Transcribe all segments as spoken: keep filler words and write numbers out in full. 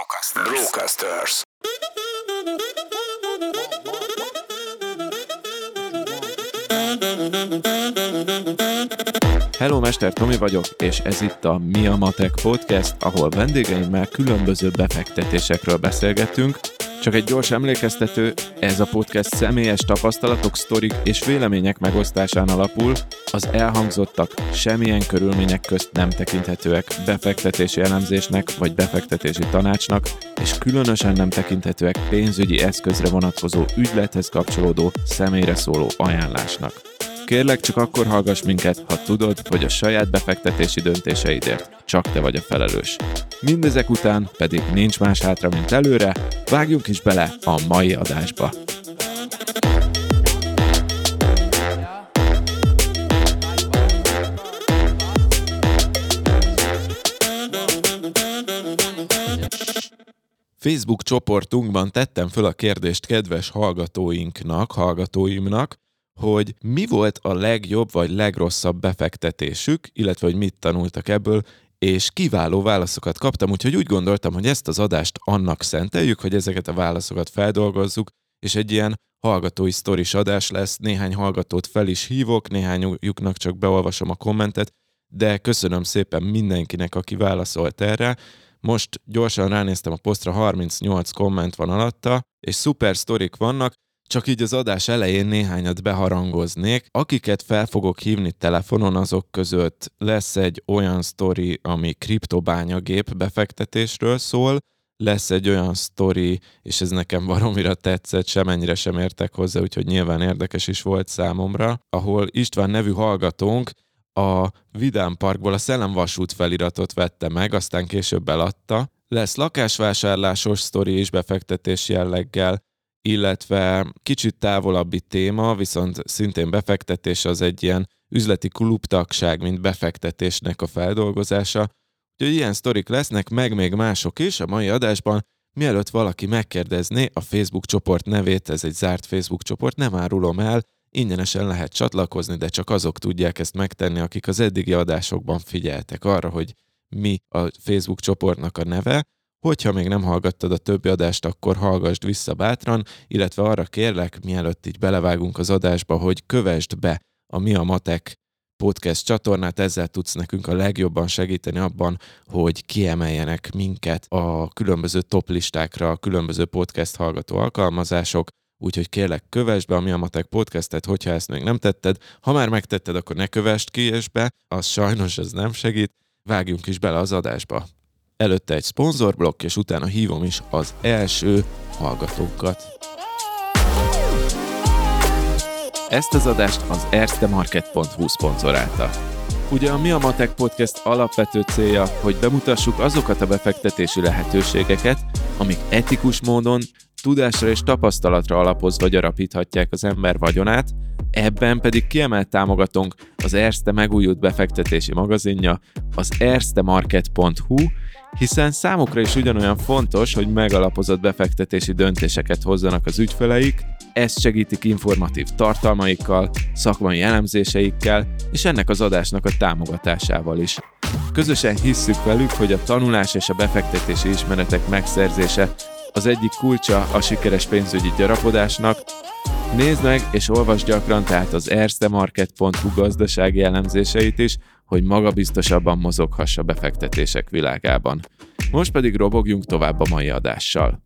Brocasters. Brocasters. Hello, Mester Tomi vagyok, és ez itt a Mi a Matek Podcast, ahol vendégeimmel különböző befektetésekről beszélgetünk. Csak egy gyors emlékeztető, ez a podcast személyes tapasztalatok, sztorik és vélemények megosztásán alapul, az elhangzottak semmilyen körülmények közt nem tekinthetőek befektetési elemzésnek vagy befektetési tanácsnak, és különösen nem tekinthetőek pénzügyi eszközre vonatkozó ügylethez kapcsolódó személyre szóló ajánlásnak. Kérlek, csak akkor hallgass minket, ha tudod, hogy a saját befektetési döntéseidért csak te vagy a felelős. Mindezek után pedig nincs más hátra, mint előre, vágjunk is bele a mai adásba. Facebook csoportunkban tettem föl a kérdést kedves hallgatóinknak, hallgatóimnak, hogy mi volt a legjobb vagy legrosszabb befektetésük, illetve hogy mit tanultak ebből, és kiváló válaszokat kaptam, úgyhogy úgy gondoltam, hogy ezt az adást annak szenteljük, hogy ezeket a válaszokat feldolgozzuk, és egy ilyen hallgatói sztoris adás lesz, néhány hallgatót fel is hívok, néhányuknak csak beolvasom a kommentet, de köszönöm szépen mindenkinek, aki válaszolt erre. Most gyorsan ránéztem a posztra, harmincnyolc komment van alatta, és szuper sztorik vannak, csak így az adás elején néhányat beharangoznék. Akiket fel fogok hívni telefonon, azok között lesz egy olyan sztori, ami kriptobányagép befektetésről szól, lesz egy olyan sztori, és ez nekem baromira tetszett, semennyire sem értek hozzá, úgyhogy nyilván érdekes is volt számomra, ahol István nevű hallgatónk a Vidám Parkból a Szellemvasút feliratot vette meg, aztán később eladta. Lesz lakásvásárlásos sztori és befektetés jelleggel, illetve kicsit távolabbi téma, viszont szintén befektetés, az egy ilyen üzleti klubtagság, mint befektetésnek a feldolgozása. Úgyhogy ilyen sztorik lesznek, meg még mások is a mai adásban. Mielőtt valaki megkérdezné a Facebook csoport nevét, ez egy zárt Facebook csoport, nem árulom el, ingyenesen lehet csatlakozni, de csak azok tudják ezt megtenni, akik az eddigi adásokban figyeltek arra, hogy mi a Facebook csoportnak a neve. Hogyha még nem hallgattad a többi adást, akkor hallgassd vissza bátran, illetve arra kérlek, mielőtt így belevágunk az adásba, hogy kövesd be a Mi a Matek Podcast csatornát, ezzel tudsz nekünk a legjobban segíteni abban, hogy kiemeljenek minket a különböző top listákra, a különböző podcast hallgató alkalmazások, úgyhogy kérlek, kövesd be a Mi a Matek Podcastet, hogyha ezt még nem tetted. Ha már megtetted, akkor ne kövesd ki és be, az sajnos ez nem segít. Vágjunk is bele az adásba. Előtte egy szponzorblokk, és utána hívom is az első hallgatókat. Ezt az adást az erstemarket pont hu szponzorálta. Ugye a Mi a Matek Podcast alapvető célja, hogy bemutassuk azokat a befektetési lehetőségeket, amik etikus módon, tudásra és tapasztalatra alapozva gyarapíthatják az ember vagyonát, ebben pedig kiemelt támogatónk az Erste megújult befektetési magazinja, az erstemarket pont hu, hiszen számukra is ugyanolyan fontos, hogy megalapozott befektetési döntéseket hozzanak az ügyfeleik, ezt segítik informatív tartalmaikkal, szakmai elemzéseikkel, és ennek az adásnak a támogatásával is. Közösen hisszük velük, hogy a tanulás és a befektetési ismeretek megszerzése az egyik kulcsa a sikeres pénzügyi gyarapodásnak. Nézd meg és olvasd gyakran tehát az erstemarket pont hu gazdasági elemzéseit is, hogy magabiztosabban mozoghass a befektetések világában. Most pedig robogjunk tovább a mai adással.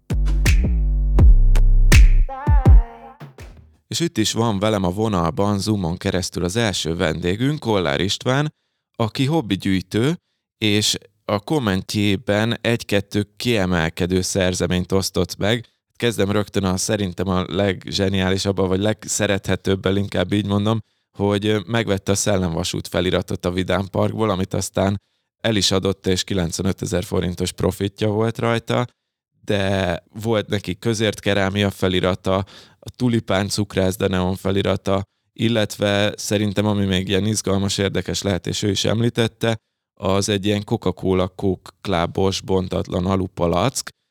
És itt is van velem a vonalban, Zoomon keresztül az első vendégünk, Kollár István, aki hobbigyűjtő, és a kommentjében egy-kettő kiemelkedő szerzeményt osztott meg. Kezdem rögtön a szerintem a legzseniálisabb, vagy legszerethetőbbel, inkább így mondom, hogy megvette a Szellemvasút feliratot a Vidám Parkból, amit aztán el is adott, és kilencvenötezer forintos profitja volt rajta, de volt neki közért kerámia felirata, a tulipán cukrászda neon felirata, illetve szerintem, ami még ilyen izgalmas, érdekes lehet, és ő is említette, az egy ilyen Coca-Cola Coke Clubos bontatlan alupalack.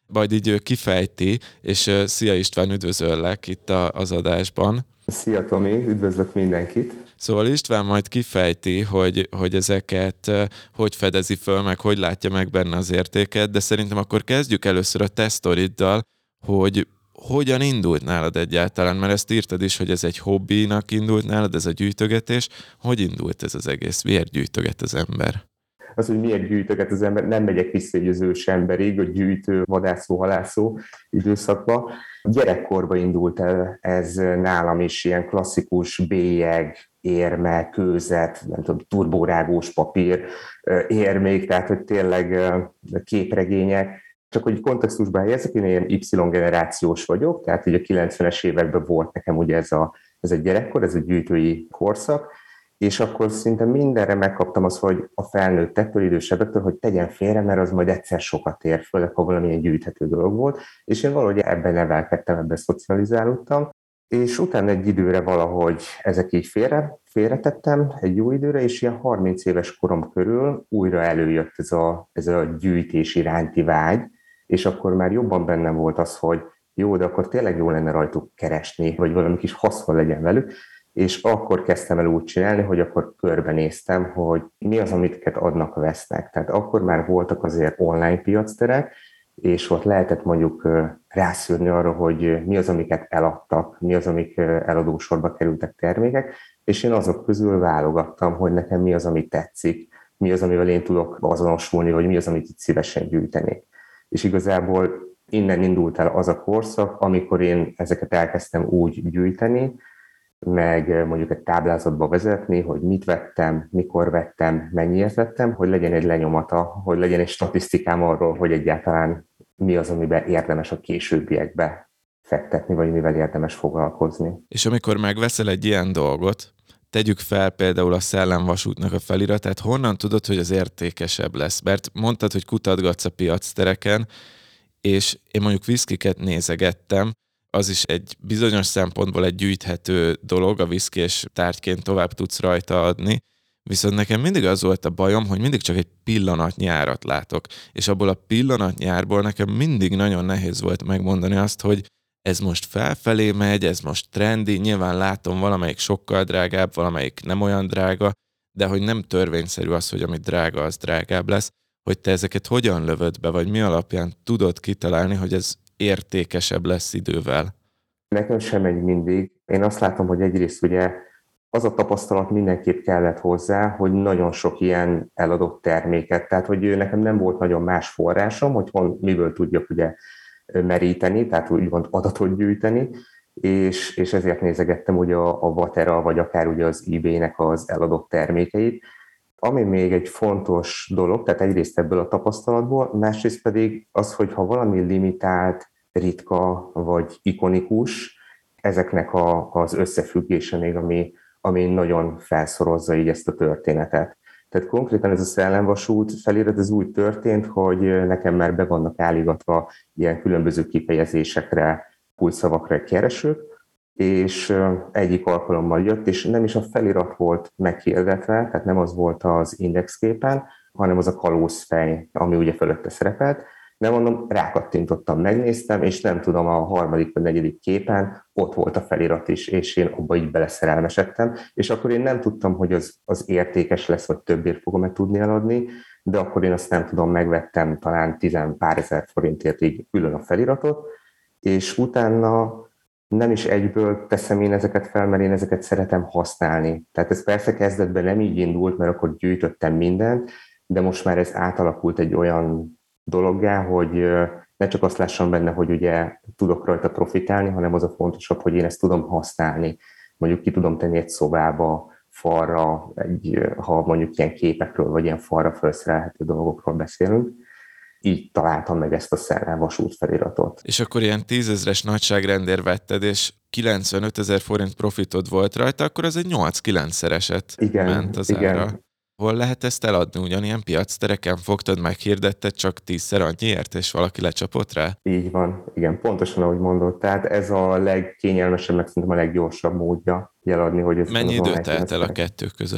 majd így ő kifejti, és szia István, üdvözöllek itt a, az adásban. Szia Tomi, üdvözlök mindenkit! Szóval István majd kifejti, hogy, hogy ezeket hogy fedezi föl, meg hogy látja meg benne az értéket, de szerintem akkor kezdjük először a te sztoriddal, hogy hogyan indult nálad egyáltalán, mert ezt írtad is, hogy ez egy hobbinak indult nálad, ez a gyűjtögetés. Hogy indult ez az egész? Miért gyűjtöget az ember? Az, hogy miért gyűjtöget az ember, nem megyek vissza egy az ős emberig, a gyűjtő, vadászó, halászó időszakba. Gyerekkorban indult el ez nálam is, ilyen klasszikus bélyeg, érme, kőzet, nem tudom, turbórágós papír, érmék, tehát hogy tényleg képregények. Csak hogy kontextusban helyezek, én ilyen Y-generációs vagyok, tehát így a kilencvenes években volt nekem ugye ez a, ez a gyerekkor, ez a gyűjtői korszak, és akkor szinte mindenre megkaptam azt, hogy a felnőttektől, idősebbektől, hogy tegyen félre, mert az majd egyszer sokat ér, főleg ha valamilyen gyűjthető dolog volt, és én valahogy ebben nevelkedtem, ebben szocializálódtam, és utána egy időre valahogy ezek így félre, félretettem, egy jó időre, és ilyen harminc éves korom körül újra előjött ez a, ez a gyűjtés iránti vágy, és akkor már jobban bennem volt az, hogy jó, de akkor tényleg jó lenne rajtuk keresni, vagy valami kis haszon legyen velük, és akkor kezdtem el úgy csinálni, hogy akkor körbenéztem, hogy mi az, amiket adnak, vesznek. Tehát akkor már voltak azért online piacterek, és ott lehetett mondjuk rászűrni arra, hogy mi az, amiket eladtak, mi az, amik eladósorba kerültek termékek, és én azok közül válogattam, hogy nekem mi az, ami tetszik, mi az, amivel én tudok azonosulni, vagy mi az, amit itt szívesen gyűjtenék. És igazából innen indult el az a korszak, amikor én ezeket elkezdtem úgy gyűjteni, meg mondjuk egy táblázatba vezetni, hogy mit vettem, mikor vettem, mennyiért vettem, hogy legyen egy lenyomata, hogy legyen egy statisztikám arról, hogy egyáltalán mi az, amiben érdemes a későbbiekbe fektetni, vagy mivel érdemes foglalkozni. És amikor megveszel egy ilyen dolgot, tegyük fel például a Szellemvasútnak a feliratát, honnan tudod, hogy az értékesebb lesz? Mert mondtad, hogy kutatgatsz a piactereken, és én mondjuk viszkiket nézegettem, az is egy bizonyos szempontból egy gyűjthető dolog, a viszki, és tárgyként tovább tudsz rajta adni, viszont nekem mindig az volt a bajom, hogy mindig csak egy pillanatnyi árat látok, és abból a pillanatnyi árból nekem mindig nagyon nehéz volt megmondani azt, hogy ez most felfelé megy, ez most trendi, nyilván látom valamelyik sokkal drágább, valamelyik nem olyan drága, de hogy nem törvényszerű az, hogy ami drága, az drágább lesz, hogy te ezeket hogyan lövöd be, vagy mi alapján tudod kitalálni, hogy ez értékesebb lesz idővel? Nekem sem megy mindig. Én azt látom, hogy egyrészt ugye az a tapasztalat mindenképp kellett hozzá, hogy nagyon sok ilyen eladott terméket, tehát hogy nekem nem volt nagyon más forrásom, hogy hon, miből tudjak ugye meríteni, tehát úgymond adatot gyűjteni, és, és ezért nézegettem ugye a, a Vatera, vagy akár ugye az eBay-nek az eladott termékeit. Ami még egy fontos dolog, tehát egyrészt ebből a tapasztalatból, másrészt pedig az, hogy ha valami limitált, ritka vagy ikonikus, ezeknek a, az összefüggése még, ami, ami nagyon felszorozza így ezt a történetet. Tehát konkrétan ez a Szellemvasút felirat, ez úgy történt, hogy nekem már be vannak állígatva ilyen különböző kifejezésekre, kulcsszavakra keresők, és egyik alkalommal jött, és nem is a felirat volt meghirdetve, tehát nem az volt az indexképen, hanem az a kalózfej, ami ugye fölötte szerepelt. De mondom, rákattintottam, megnéztem, és nem tudom, a harmadik vagy negyedik képen ott volt a felirat is, és én abba így beleszerelmesedtem, és akkor én nem tudtam, hogy az, az értékes lesz, vagy többért fogom-e tudni eladni, de akkor én azt nem tudom, megvettem talán tizen pár ezer forintért így külön a feliratot, és utána nem is egyből teszem én ezeket fel, mert én ezeket szeretem használni. Tehát ez persze kezdetben nem így indult, mert akkor gyűjtöttem mindent, de most már ez átalakult egy olyan dologgá, hogy ne csak azt lássam benne, hogy ugye tudok rajta profitálni, hanem az a fontosabb, hogy én ezt tudom használni. Mondjuk ki tudom tenni egy szobába, falra, egy, ha mondjuk ilyen képekről, vagy ilyen falra felszerelhető dolgokról beszélünk. Így találtam meg ezt a Szellemvasút feliratot. És akkor ilyen tízezres nagyságrendért vetted, és kilencvenöt ezer forint profitod volt rajta, akkor az egy nyolc-kilencszereset ment az igen. ára. Hol lehet ezt eladni? Ugyanilyen piactereken fogtad, meghirdetted csak tízszer annyiért, és valaki lecsapott rá? Így van, igen, pontosan ahogy mondod. Tehát ez a legkényelmesebb, meg szerintem a leggyorsabb módja eladni, hogy ez... Mennyi idő telt el a kettő között?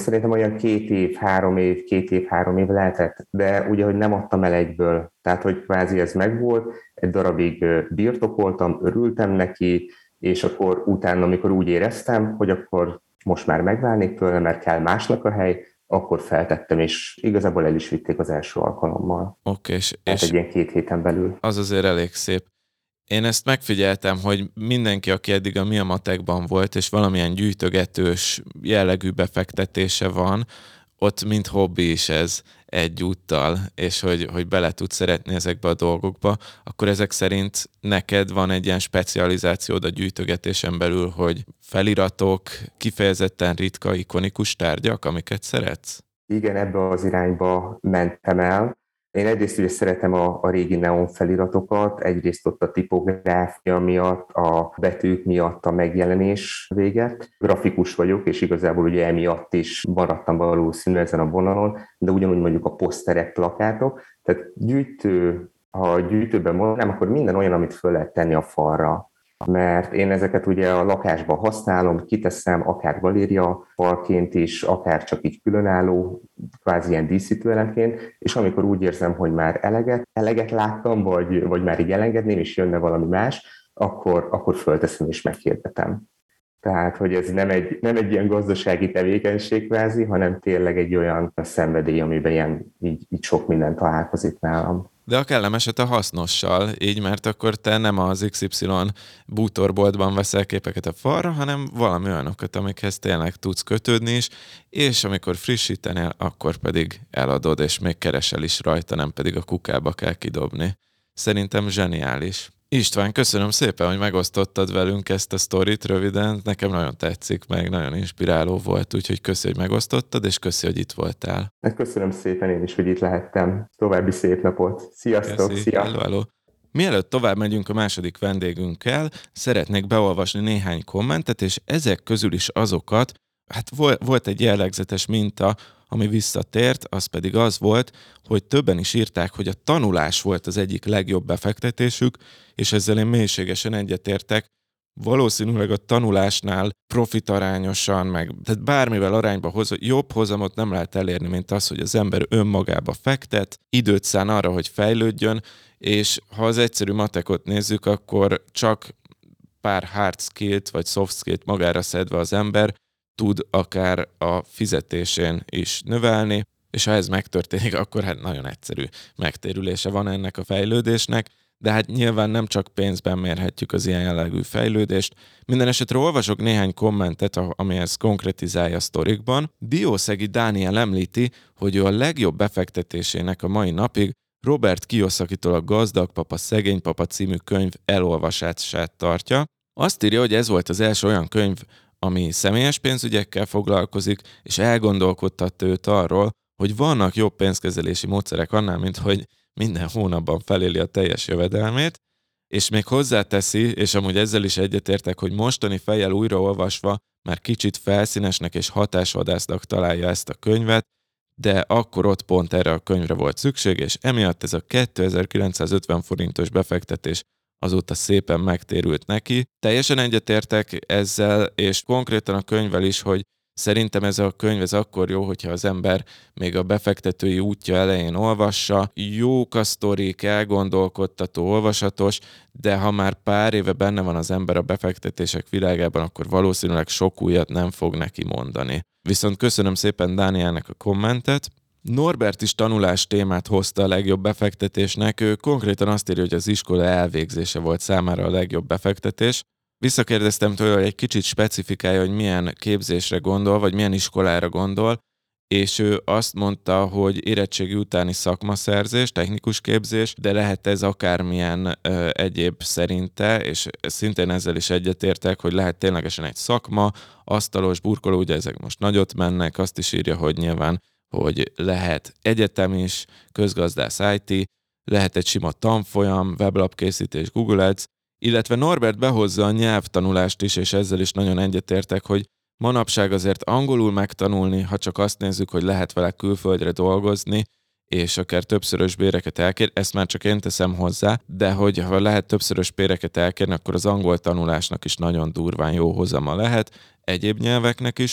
Szerintem olyan két év, három év, két év, három év lehetett, de ugye, hogy nem adtam el egyből. Tehát, hogy kvázi ez megvolt, egy darabig birtokoltam, örültem neki, és akkor utána, amikor úgy éreztem, hogy akkor most már megválnék tőle, mert kell másnak a hely, akkor feltettem, és igazából el is vitték az első alkalommal. Oké, és, Tehát és egy ilyen két héten belül. az azért elég szép. Én ezt megfigyeltem, hogy mindenki, aki eddig a Mi a Matekban volt, és valamilyen gyűjtögetős jellegű befektetése van, ott mint hobbi is ez egyúttal, és hogy, hogy bele tudsz szeretni ezekbe a dolgokba, akkor ezek szerint neked van egy ilyen specializációd a gyűjtögetésen belül, hogy feliratok, kifejezetten ritka, ikonikus tárgyak, amiket szeretsz? Igen, ebbe az irányba mentem el. Én egyrészt ugye szeretem a, a régi neon feliratokat, egyrészt ott a tipográfia miatt, a betűk miatt a megjelenés véget. Grafikus vagyok, és igazából ugye emiatt is maradtam valószínűleg ezen a vonalon, de ugyanúgy mondjuk a poszterek, plakátok. Tehát gyűjtő, ha gyűjtőben mondanám, akkor minden olyan, amit föl lehet tenni a falra. Mert én ezeket ugye a lakásban használom, kiteszem, akár galéria falként is, akár csak így különálló, kvázi ilyen díszítőelemként, és amikor úgy érzem, hogy már eleget, eleget láttam, vagy, vagy már így elengedném, és jönne valami más, akkor, akkor fölteszem és meghirdetem. Tehát, hogy ez nem egy, nem egy ilyen gazdasági tevékenység kvázi, hanem tényleg egy olyan szenvedély, amiben ilyen, így, így sok minden találkozik nálam. De a kellemeset a hasznossal, így, mert akkor te nem az iksz ipszilon bútorboltban veszel képeket a falra, hanem valami olyanokat, amikhez tényleg tudsz kötődni is, és amikor frissítenél, akkor pedig eladod, és még keresel is rajta, nem pedig a kukába kell kidobni. Szerintem zseniális. István, köszönöm szépen, hogy megosztottad velünk ezt a sztorit röviden. Nekem nagyon tetszik, meg nagyon inspiráló volt, úgyhogy köszi, hogy megosztottad, és köszi, hogy itt voltál. Köszönöm szépen én is, hogy itt lehettem. További szép napot. Sziasztok, Köszi. szia! Hello, hello. Mielőtt tovább megyünk a második vendégünkkel, szeretnék beolvasni néhány kommentet, és ezek közül is azokat, hát volt egy jellegzetes minta, ami visszatért, az pedig az volt, hogy többen is írták, hogy a tanulás volt az egyik legjobb befektetésük, és ezzel én mélységesen egyetértek. Valószínűleg a tanulásnál profitarányosan, meg tehát bármivel arányba hoz, jobb hozamot nem lehet elérni, mint az, hogy az ember önmagába fektet, időt szán arra, hogy fejlődjön, és ha az egyszerű matekot nézzük, akkor csak pár hard skillt vagy soft skillt magára szedve az ember tud akár a fizetésén is növelni, és ha ez megtörténik, akkor hát nagyon egyszerű megtérülése van ennek a fejlődésnek, de hát nyilván nem csak pénzben mérhetjük az ilyen jellegű fejlődést. Minden esetre olvasok néhány kommentet, ami ezt konkretizálja a sztorikban. Diószegi Dániel említi, hogy ő a legjobb befektetésének a mai napig Robert Kiyosakitól a Gazdag Papa, Szegény Papa című könyv elolvasását tartja. Azt írja, hogy ez volt az első olyan könyv, ami személyes pénzügyekkel foglalkozik, és elgondolkodtatta őt arról, hogy vannak jobb pénzkezelési módszerek annál, mint hogy minden hónapban feléli a teljes jövedelmét, és még hozzáteszi, és amúgy ezzel is egyetértek, hogy mostani fejjel újraolvasva már kicsit felszínesnek és hatásvadásznak találja ezt a könyvet, de akkor ott pont erre a könyvre volt szükség, és emiatt ez a kétezer-kilencszázötven forintos befektetés azóta szépen megtérült neki. Teljesen egyetértek ezzel, és konkrétan a könyvvel is, hogy szerintem ez a könyv ez akkor jó, hogyha az ember még a befektetői útja elején olvassa. Jók a sztorik, elgondolkodtató, olvasatos, de ha már pár éve benne van az ember a befektetések világában, akkor valószínűleg sok újat nem fog neki mondani. Viszont köszönöm szépen Dánielnek a kommentet. Norbert is tanulás témát hozta a legjobb befektetésnek, ő konkrétan azt írja, hogy az iskola elvégzése volt számára a legjobb befektetés. Visszakérdeztem tőle, hogy egy kicsit specifikálja, hogy milyen képzésre gondol, vagy milyen iskolára gondol, és ő azt mondta, hogy érettségi utáni szakmaszerzés, technikus képzés, de lehet ez akármilyen ö, egyéb szerinte, és szintén ezzel is egyetértek, hogy lehet ténylegesen egy szakma, asztalos, burkoló, ugye ezek most nagyot mennek, azt is írja, hogy nyilván hogy lehet egyetem is, közgazdász i té, lehet egy sima tanfolyam, weblapkészítés, Google Ads, illetve Norbert behozza a nyelvtanulást is, és ezzel is nagyon egyetértek, hogy manapság azért angolul megtanulni, ha csak azt nézzük, hogy lehet vele külföldre dolgozni, és akár többszörös béreket elkérni, ezt már csak én teszem hozzá, de hogy ha lehet többszörös béreket elkérni, akkor az angol tanulásnak is nagyon durván jó hozama lehet, egyéb nyelveknek is.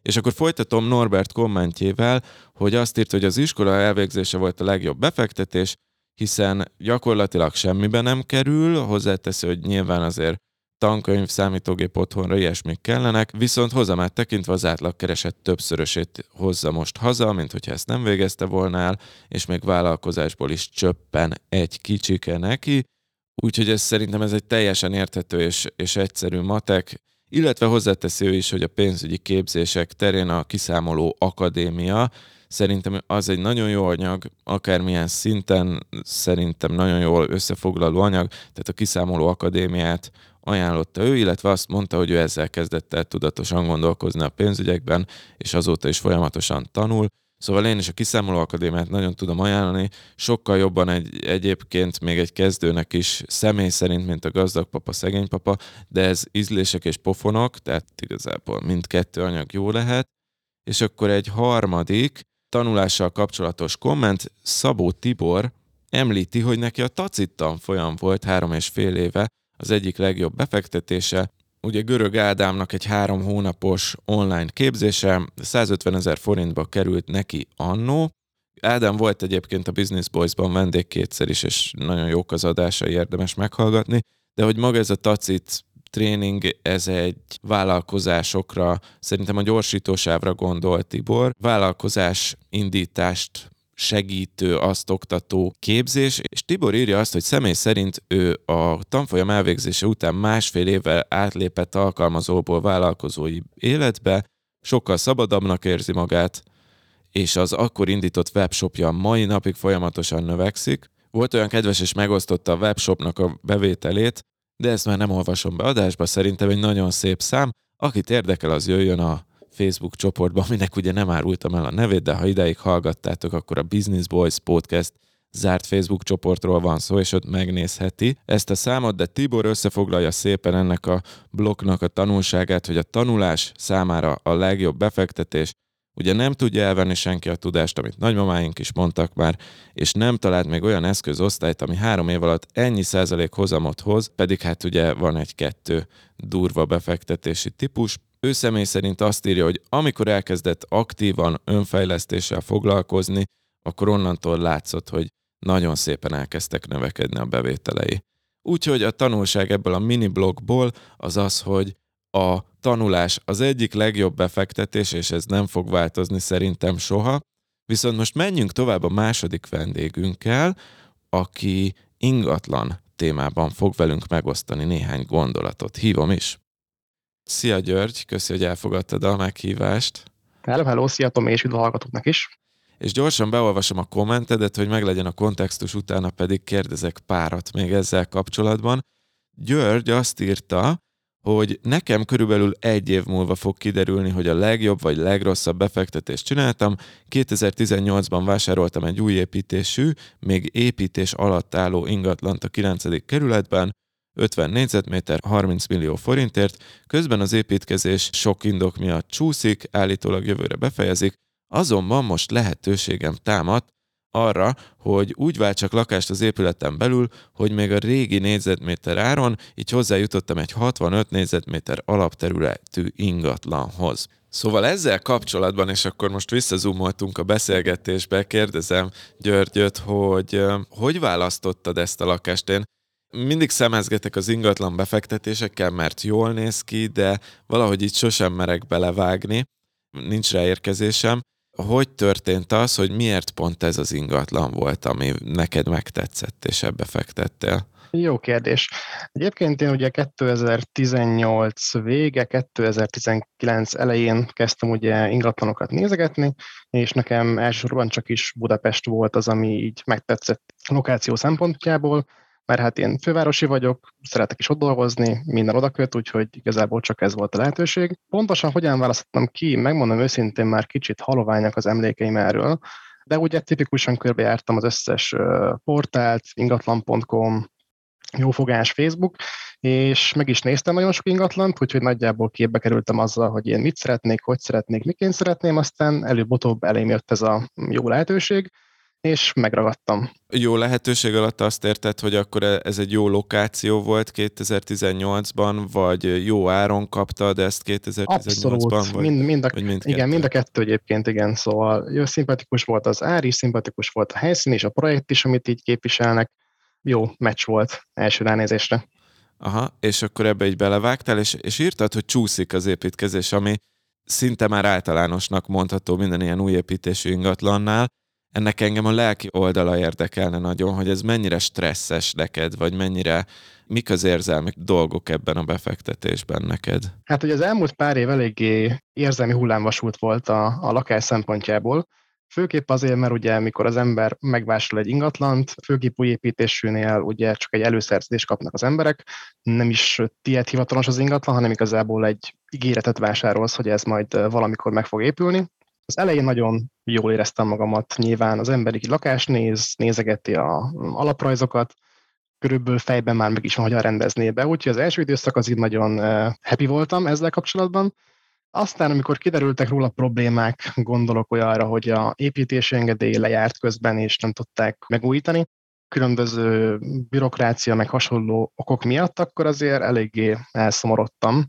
És akkor folytatom Norbert kommentjével, hogy azt írt, hogy az iskola elvégzése volt a legjobb befektetés, hiszen gyakorlatilag semmibe nem kerül, hozzáteszi, hogy nyilván azért tankönyv, számítógép otthonra ilyesmik kellenek, viszont hozamát tekintve az átlagkereset többszörösét hozza most haza, mint hogyha ezt nem végezte volna el, és még vállalkozásból is csöppen egy kicsike neki, úgyhogy ez szerintem ez egy teljesen érthető és, és egyszerű matek, illetve hozzáteszi ő is, hogy a pénzügyi képzések terén a Kiszámoló Akadémia szerintem az egy nagyon jó anyag, akármilyen szinten szerintem nagyon jól összefoglaló anyag, tehát a Kiszámoló Akadémiát ajánlotta ő, illetve azt mondta, hogy ő ezzel kezdett el tudatosan gondolkozni a pénzügyekben, és azóta is folyamatosan tanul. Szóval én is a Kiszámoló Akadémiát nagyon tudom ajánlani, sokkal jobban egy, egyébként még egy kezdőnek is személy szerint, mint a Gazdag Papa, Szegény Papa, de ez ízlések és pofonok, tehát igazából mindkettő anyag jó lehet. És akkor egy harmadik tanulással kapcsolatos komment, Szabó Tibor említi, hogy neki a Tacit tanfolyam volt három és fél éve az egyik legjobb befektetése. Ugye Görög Ádámnak egy három hónapos online képzése, százötvenezer forintba került neki annó. Ádám volt egyébként a Business Boys-ban vendég kétszer is, és nagyon jók az adásai, érdemes meghallgatni, de hogy maga ez a Tacit tréning, ez egy vállalkozásokra, szerintem a gyorsítósávra gondolt Tibor, vállalkozás indítást segítő, azt oktató képzés, és Tibor írja azt, hogy személy szerint ő a tanfolyam elvégzése után másfél évvel átlépett alkalmazóból vállalkozói életbe, sokkal szabadabbnak érzi magát, és az akkor indított webshopja mai napig folyamatosan növekszik. Volt olyan kedves, és megosztotta a webshopnak a bevételét, de ezt már nem olvasom be adásba, szerintem egy nagyon szép szám. Akit érdekel, az jöjjön a Facebook csoportba, aminek ugye nem árultam el a nevét, de ha ideig hallgattátok, akkor a Business Boys Podcast zárt Facebook csoportról van szó, és ott megnézheti ezt a számot, de Tibor összefoglalja szépen ennek a blokknak a tanulságát, hogy a tanulás számára a legjobb befektetés, ugye nem tudja elvenni senki a tudást, amit nagymamáink is mondtak már, és nem talált még olyan eszközosztályt, ami három év alatt ennyi százalék hozamot hoz, pedig hát ugye van egy-kettő durva befektetési típus. Ő személy szerint azt írja, hogy amikor elkezdett aktívan önfejlesztéssel foglalkozni, akkor onnantól látszott, hogy nagyon szépen elkezdtek növekedni a bevételei. Úgyhogy a tanulság ebből a mini blogból az az, hogy a tanulás az egyik legjobb befektetés, és ez nem fog változni szerintem soha. Viszont most menjünk tovább a második vendégünkkel, aki ingatlan témában fog velünk megosztani néhány gondolatot. Hívom is. Szia György, köszi, hogy elfogadtad a meghívást. Hello, hello, szia Tomi, és üdv a hallgatóknak is. És gyorsan beolvasom a kommentedet, hogy meglegyen a kontextus, utána pedig kérdezek párat még ezzel kapcsolatban. György azt írta, hogy nekem körülbelül egy év múlva fog kiderülni, hogy a legjobb vagy legrosszabb befektetést csináltam. kétezer-tizennyolcban vásároltam egy új építésű, még építés alatt álló ingatlant a kilencedik kerületben, ötven négyzetméter, harminc millió forintért, közben az építkezés sok indok miatt csúszik, állítólag jövőre befejezik, azonban most lehetőségem támadt arra, hogy úgy váltsak lakást az épületen belül, hogy még a régi négyzetméter áron, így hozzájutottam egy hatvanöt négyzetméter alapterületű ingatlanhoz. Szóval ezzel kapcsolatban, és akkor most visszazumoltunk a beszélgetésbe, kérdezem Györgyöt, hogy hogy választottad ezt a lakást? Én mindig szemezgetek az ingatlan befektetésekkel, mert jól néz ki, de valahogy így sosem merek belevágni, nincs rá érkezésem. Hogy történt az, hogy miért pont ez az ingatlan volt, ami neked megtetszett, és ebbe fektettél? Jó kérdés. Egyébként én ugye kétezer-tizennyolc vége, kétezer-tizenkilenc elején kezdtem ugye ingatlanokat nézegetni, és nekem elsősorban csak is Budapest volt az, ami így megtetszett lokáció szempontjából, mert hát én fővárosi vagyok, szeretek is ott dolgozni, minden odaköt, úgyhogy igazából csak ez volt a lehetőség. Pontosan hogyan választottam ki, megmondom őszintén, már kicsit haloványak az emlékeim erről, de ugye tipikusan körbejártam az összes portált, ingatlan pont com, Jófogás, Facebook, és meg is néztem nagyon sok ingatlant, úgyhogy nagyjából képbe kerültem azzal, hogy én mit szeretnék, hogy szeretnék, miként szeretném, aztán előbb-utóbb elém jött ez a jó lehetőség, és megragadtam. Jó lehetőség alatt azt érted, hogy akkor ez egy jó lokáció volt kétezer-tizennyolcban, vagy jó áron kaptad ezt kétezer-tizennyolcban? Abszolút, Vagy, mind, mind a, vagy mindkettő? igen, mind a kettő egyébként, igen, szóval jó, szimpatikus volt az ár is, szimpatikus volt a helyszín és a projekt is, amit így képviselnek. Jó meccs volt első ránézésre. Aha, és akkor ebbe így belevágtál, és, és írtad, hogy csúszik az építkezés, ami szinte már általánosnak mondható minden ilyen új építésű ingatlannál. Ennek engem a lelki oldala érdekelne nagyon, hogy ez mennyire stresszes neked, vagy mennyire, mik az érzelmi dolgok ebben a befektetésben neked? Hát ugye az elmúlt pár év eléggé érzelmi hullámvasút volt a, a lakás szempontjából. Főképp azért, mert ugye mikor az ember megvásárol egy ingatlant, főképp új építésűnél ugye csak egy előszerződést kapnak az emberek, nem is tiéd hivatalos az ingatlan, hanem igazából egy ígéretet vásárolsz, hogy ez majd valamikor meg fog épülni. Az elején nagyon jól éreztem magamat, nyilván az ember egy lakást néz, nézegeti a alaprajzokat, körülbelül fejben már meg is van, hogyan rendezné be, úgyhogy az első időszak az így nagyon happy voltam ezzel kapcsolatban. Aztán, amikor kiderültek róla problémák, gondolok olyanra, hogy a építési engedély lejárt közben, és nem tudták megújítani, különböző bürokrácia, meg hasonló okok miatt, akkor azért eléggé elszomorodtam.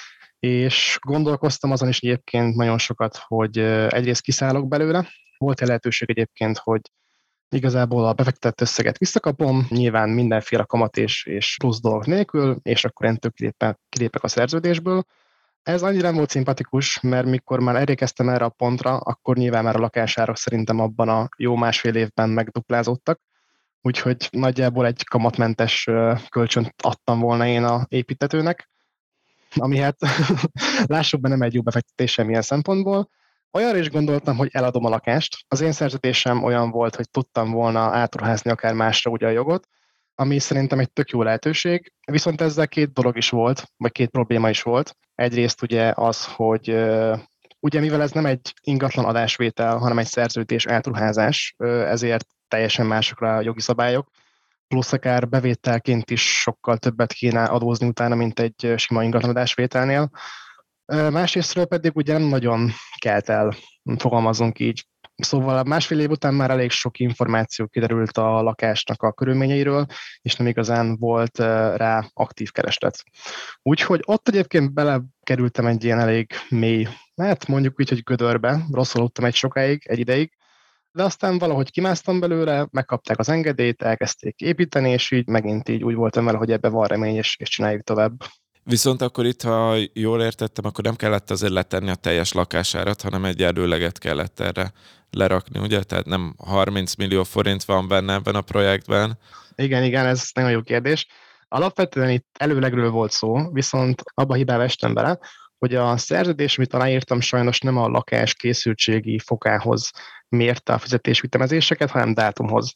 És gondolkoztam azon is egyébként nagyon sokat, hogy egyrészt kiszállok belőle. Volt egy lehetőség egyébként, hogy igazából a befektetett összeget visszakapom, nyilván mindenféle kamat és, és plusz dolog nélkül, és akkor én tök kilépek, kilépek a szerződésből. Ez annyira nem volt szimpatikus, mert mikor már elérkeztem erre a pontra, akkor nyilván már a lakásárak szerintem abban a jó másfél évben megduplázódtak, úgyhogy nagyjából egy kamatmentes kölcsönt adtam volna én a építetőnek, ami hát lássuk be nem egy jó befektetés semmilyen szempontból. Olyanra is gondoltam, hogy eladom a lakást. Az én szerződésem olyan volt, hogy tudtam volna átruházni akár másra ugye a jogot, ami szerintem egy tök jó lehetőség. Viszont ezzel két dolog is volt, vagy két probléma is volt. Egyrészt ugye az, hogy ugye mivel ez nem egy ingatlan adásvétel, hanem egy szerződés átruházás, ezért teljesen másokra a jogi szabályok, plusz akár bevételként is sokkal többet kéne adózni utána, mint egy sima ingatlanadásvételnél. Másrésztről pedig ugye nem nagyon kelt el, fogalmazunk így. Szóval másfél év után már elég sok információ kiderült a lakásnak a körülményeiről, és nem igazán volt rá aktív kereslet. Úgyhogy ott egyébként belekerültem egy ilyen elég mély, hát mondjuk úgy, hogy gödörbe, rosszul aludtam egy sokáig, egy ideig, de aztán valahogy kimásztam belőle, megkapták az engedélyt, elkezdték építeni, és így megint így úgy voltam vele, hogy ebbe van remény, és, és csináljuk tovább. Viszont akkor itt, ha jól értettem, akkor nem kellett azért letenni a teljes lakásárat, hanem egy előleget kellett erre lerakni, ugye? Tehát nem harminc millió forint van benne ebben a projektben. Igen, igen, ez nagyon jó kérdés. Alapvetően itt előlegről volt szó, viszont abba hibába estem bele, hogy a szerződés, amit aláírtam, sajnos nem a lakás készültségi fokához mérte a fizetésütemezéseket, hanem dátumhoz.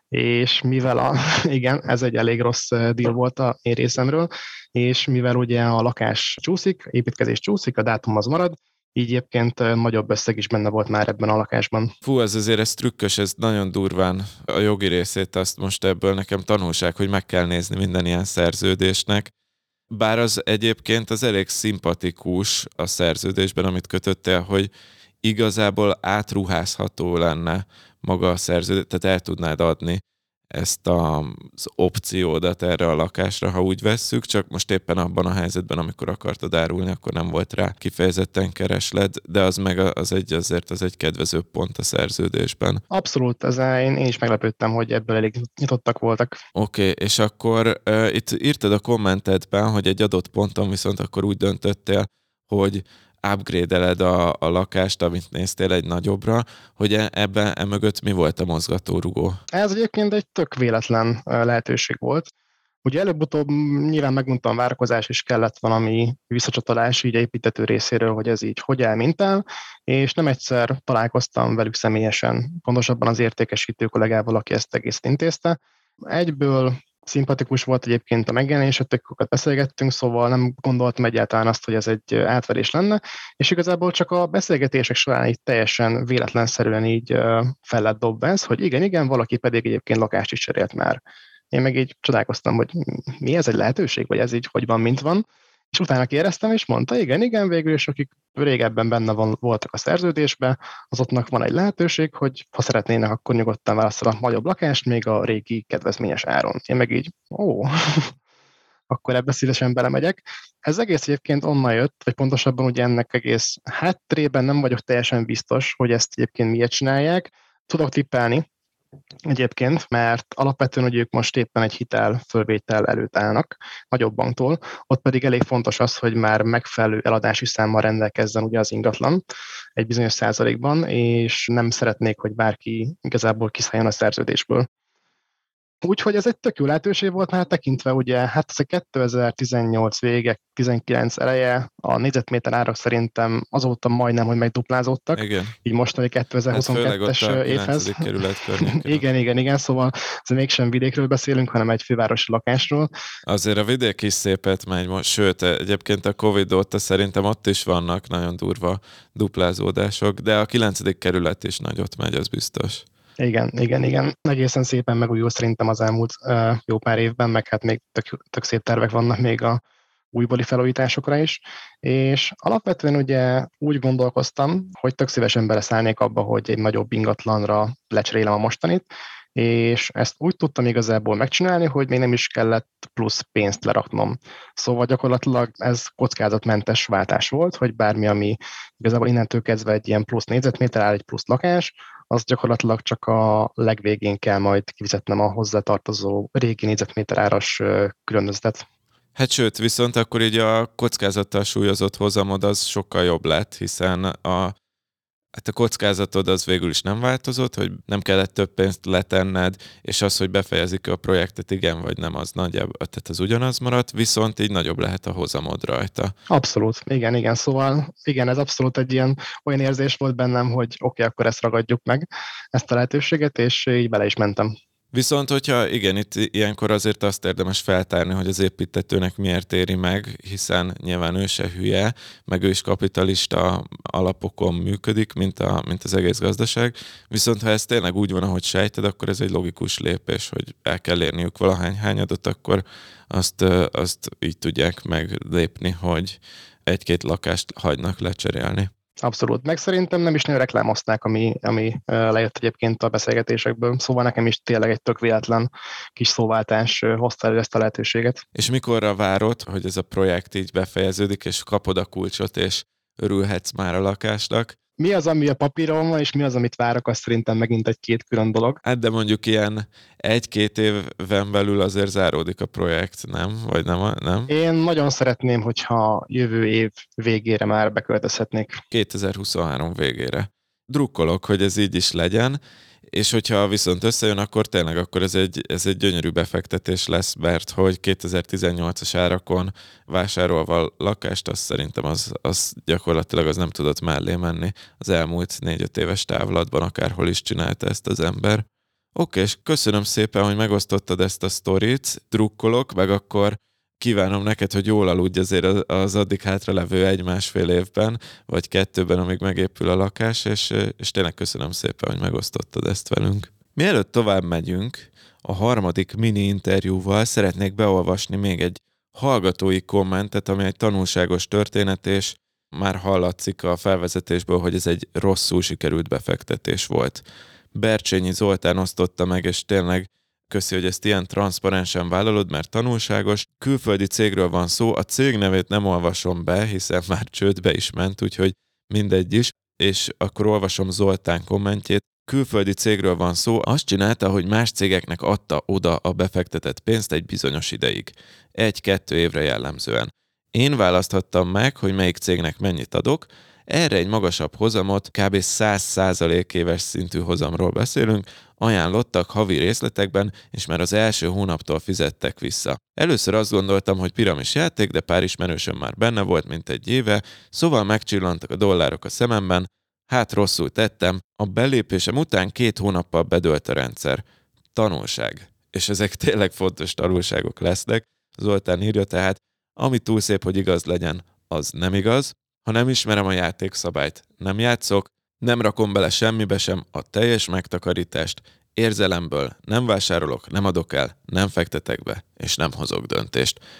És mivel a, igen, ez egy elég rossz deal volt a én részemről, és mivel ugye a lakás csúszik, építkezés csúszik, a dátum az marad, így egyébként nagyobb összeg is benne volt már ebben a lakásban. Fú, ez azért ez trükkös, ez nagyon durván a jogi részét, azt most ebből nekem tanulság, hogy meg kell nézni minden ilyen szerződésnek. Bár az egyébként az elég szimpatikus a szerződésben, amit kötöttél, hogy igazából átruházható lenne maga a szerződés, tehát el tudnád adni ezt az opciódat erre a lakásra, ha úgy vesszük, csak most éppen abban a helyzetben, amikor akartad árulni, akkor nem volt rá kifejezetten kereslet, de az meg az egy, azért az egy kedvező pont a szerződésben. Abszolút, ez én, én is meglepődtem, hogy ebből elég nyitottak voltak. Oké, okay, és akkor uh, itt írtad a kommentedben, hogy egy adott ponton viszont akkor úgy döntöttél, hogy upgrade-eled a, a lakást, amit néztél egy nagyobbra, hogy ebben emögött mi volt a mozgatórugó? Ez egyébként egy tök véletlen lehetőség volt. Ugye előbb-utóbb nyilván megmondtam, várakozás is kellett valami visszacsatolás így építető részéről, hogy ez így hogy el, mint el, és nem egyszer találkoztam velük személyesen, pontosabban az értékesítő kollégával, aki ezt egész intézte. Egyből szimpatikus volt egyébként a megjelenés, tök sokat beszélgettünk, szóval nem gondoltam egyáltalán azt, hogy ez egy átverés lenne, és igazából csak a beszélgetések során így teljesen véletlenszerűen így fel lett dobva ez, hogy igen, igen, valaki pedig egyébként lakást is cserélt már. Én meg így csodálkoztam, hogy mi ez, egy lehetőség, vagy ez így hogy van, mint van, És utána kérdeztem, és mondta, igen, igen, végül is akik régebben benne van, voltak a szerződésben, azoknak van egy lehetőség, hogy ha szeretnének, akkor nyugodtan választanak nagyobb lakást, még a régi kedvezményes áron. Én meg így, ó, akkor ebbe szívesen belemegyek. Ez egész egyébként onnan jött, vagy pontosabban ugye ennek egész hátterében nem vagyok teljesen biztos, hogy ezt egyébként miért csinálják. Tudok tippelni egyébként, mert alapvetően, hogy ők most éppen egy hitel fölvétel előtt állnak, nagyobb banktól, ott pedig elég fontos az, hogy már megfelelő eladási számmal rendelkezzen ugye az ingatlan egy bizonyos százalékban, és nem szeretnék, hogy bárki igazából kiszálljon a szerződésből. Úgyhogy ez egy tök jó lehetőség volt már tekintve, ugye, hát ez a kétezer-tizennyolc vége, tizenkilenc eleje, a négyzetméter árak szerintem azóta majdnem, hogy megduplázódtak, Igen. így mostani kétezer-huszonkettes hát évhez. Kerület környéken. igen, igen, igen, szóval ez mégsem vidékről beszélünk, hanem egy fővárosi lakásról. Azért a vidék is szépet megy most, sőt, egyébként a Covid óta szerintem ott is vannak nagyon durva duplázódások, de a kilencedik kerület is nagyot megy, az biztos. Igen, igen, igen. Egészen szépen megújul szerintem az elmúlt uh, jó pár évben, meg hát még tök, tök szép tervek vannak még a újbóli felújításokra is, és alapvetően ugye úgy gondolkoztam, hogy tök szívesen beleszállnék abba, hogy egy nagyobb ingatlanra lecserélem a mostanit, és ezt úgy tudtam igazából megcsinálni, hogy még nem is kellett plusz pénzt leraknom. Szóval gyakorlatilag ez kockázatmentes váltás volt, hogy bármi, ami igazából innentől kezdve egy ilyen plusz négyzetméter áll, egy plusz lakás, az gyakorlatilag csak a legvégén kell majd kifizetnem a hozzátartozó régi négyzetméter áras különbözetet. Hát sőt, viszont akkor így a kockázattal súlyozott hozamod az sokkal jobb lett, hiszen a, hát a kockázatod az végül is nem változott, hogy nem kellett több pénzt letenned, és az, hogy befejezik a projektet, igen vagy nem, az nagyjából, tehát az ugyanaz maradt, viszont így nagyobb lehet a hozamod rajta. Abszolút, igen, igen, szóval igen, ez abszolút egy ilyen olyan érzés volt bennem, hogy oké, okay, akkor ezt ragadjuk meg, ezt a lehetőséget, és így bele is mentem. Viszont, hogyha igen, itt ilyenkor azért azt érdemes feltárni, hogy az építtetőnek miért éri meg, hiszen nyilván ő se hülye, meg ő is kapitalista alapokon működik, mint, a, mint az egész gazdaság. Viszont ha ez tényleg úgy van, ahogy sejted, akkor ez egy logikus lépés, hogy el kell érniük valahány hányadot, akkor azt, azt így tudják meglépni, hogy egy-két lakást hagynak lecserélni. Abszolút. Meg szerintem nem is nagyon reklámozták, ami, ami lejött egyébként a beszélgetésekből. Szóval nekem is tényleg egy tök véletlen kis szóváltás hozta elő ezt a lehetőséget. És mikorra várod, hogy ez a projekt így befejeződik, és kapod a kulcsot, és örülhetsz már a lakásnak? Mi az, ami a papíron van, és mi az, amit várok, az szerintem megint egy két külön dolog. Hát de mondjuk ilyen egy-két éven belül azért záródik a projekt, nem? Vagy nem? nem? Én nagyon szeretném, hogyha jövő év végére már beköltözhetnék. kétezer-huszonhárom végére. Drukkolok, hogy ez így is legyen, és hogyha viszont összejön, akkor tényleg akkor ez egy, ez egy gyönyörű befektetés lesz, mert hogy kétezer-tizennyolcas árakon vásárolva lakást, azt szerintem az, az gyakorlatilag az nem tudott mellé menni az elmúlt négy-öt éves távlatban, akárhol is csinálta ezt az ember. Oké, és köszönöm szépen, hogy megosztottad ezt a sztorit, drukkolok, meg akkor kívánom neked, hogy jól aludj azért az addig hátralevő egy-másfél évben, vagy kettőben, amíg megépül a lakás, és, és tényleg köszönöm szépen, hogy megosztottad ezt velünk. Mielőtt tovább megyünk, a harmadik mini interjúval szeretnék beolvasni még egy hallgatói kommentet, ami egy tanulságos történet, és már hallatszik a felvezetésből, hogy ez egy rosszul sikerült befektetés volt. Bercsényi Zoltán osztotta meg, és tényleg köszi, hogy ezt ilyen transzparensen vállalod, mert tanulságos. Külföldi cégről van szó, a cég nevét nem olvasom be, hiszen már csődbe is ment, úgyhogy mindegy is, és akkor olvasom Zoltán kommentjét. Külföldi cégről van szó, azt csinálta, hogy más cégeknek adta oda a befektetett pénzt egy bizonyos ideig. Egy-kettő évre jellemzően. Én választhattam meg, hogy melyik cégnek mennyit adok, erre egy magasabb hozamot, kb. száz százalék éves szintű hozamról beszélünk, ajánlottak havi részletekben, és már az első hónaptól fizettek vissza. Először azt gondoltam, hogy piramis játék, de pár ismerősöm már benne volt, mint egy éve, szóval megcsillantak a dollárok a szememben, hát rosszul tettem, a belépésem után két hónappal bedőlt a rendszer. Tanulság. És ezek tényleg fontos tanulságok lesznek. Zoltán írja tehát, ami túl szép, hogy igaz legyen, az nem igaz. Ha nem ismerem a játékszabályt, nem játszok, nem rakom bele semmibe sem a teljes megtakarítást, érzelemből nem vásárolok, nem adok el, nem fektetek be, és nem hozok döntést.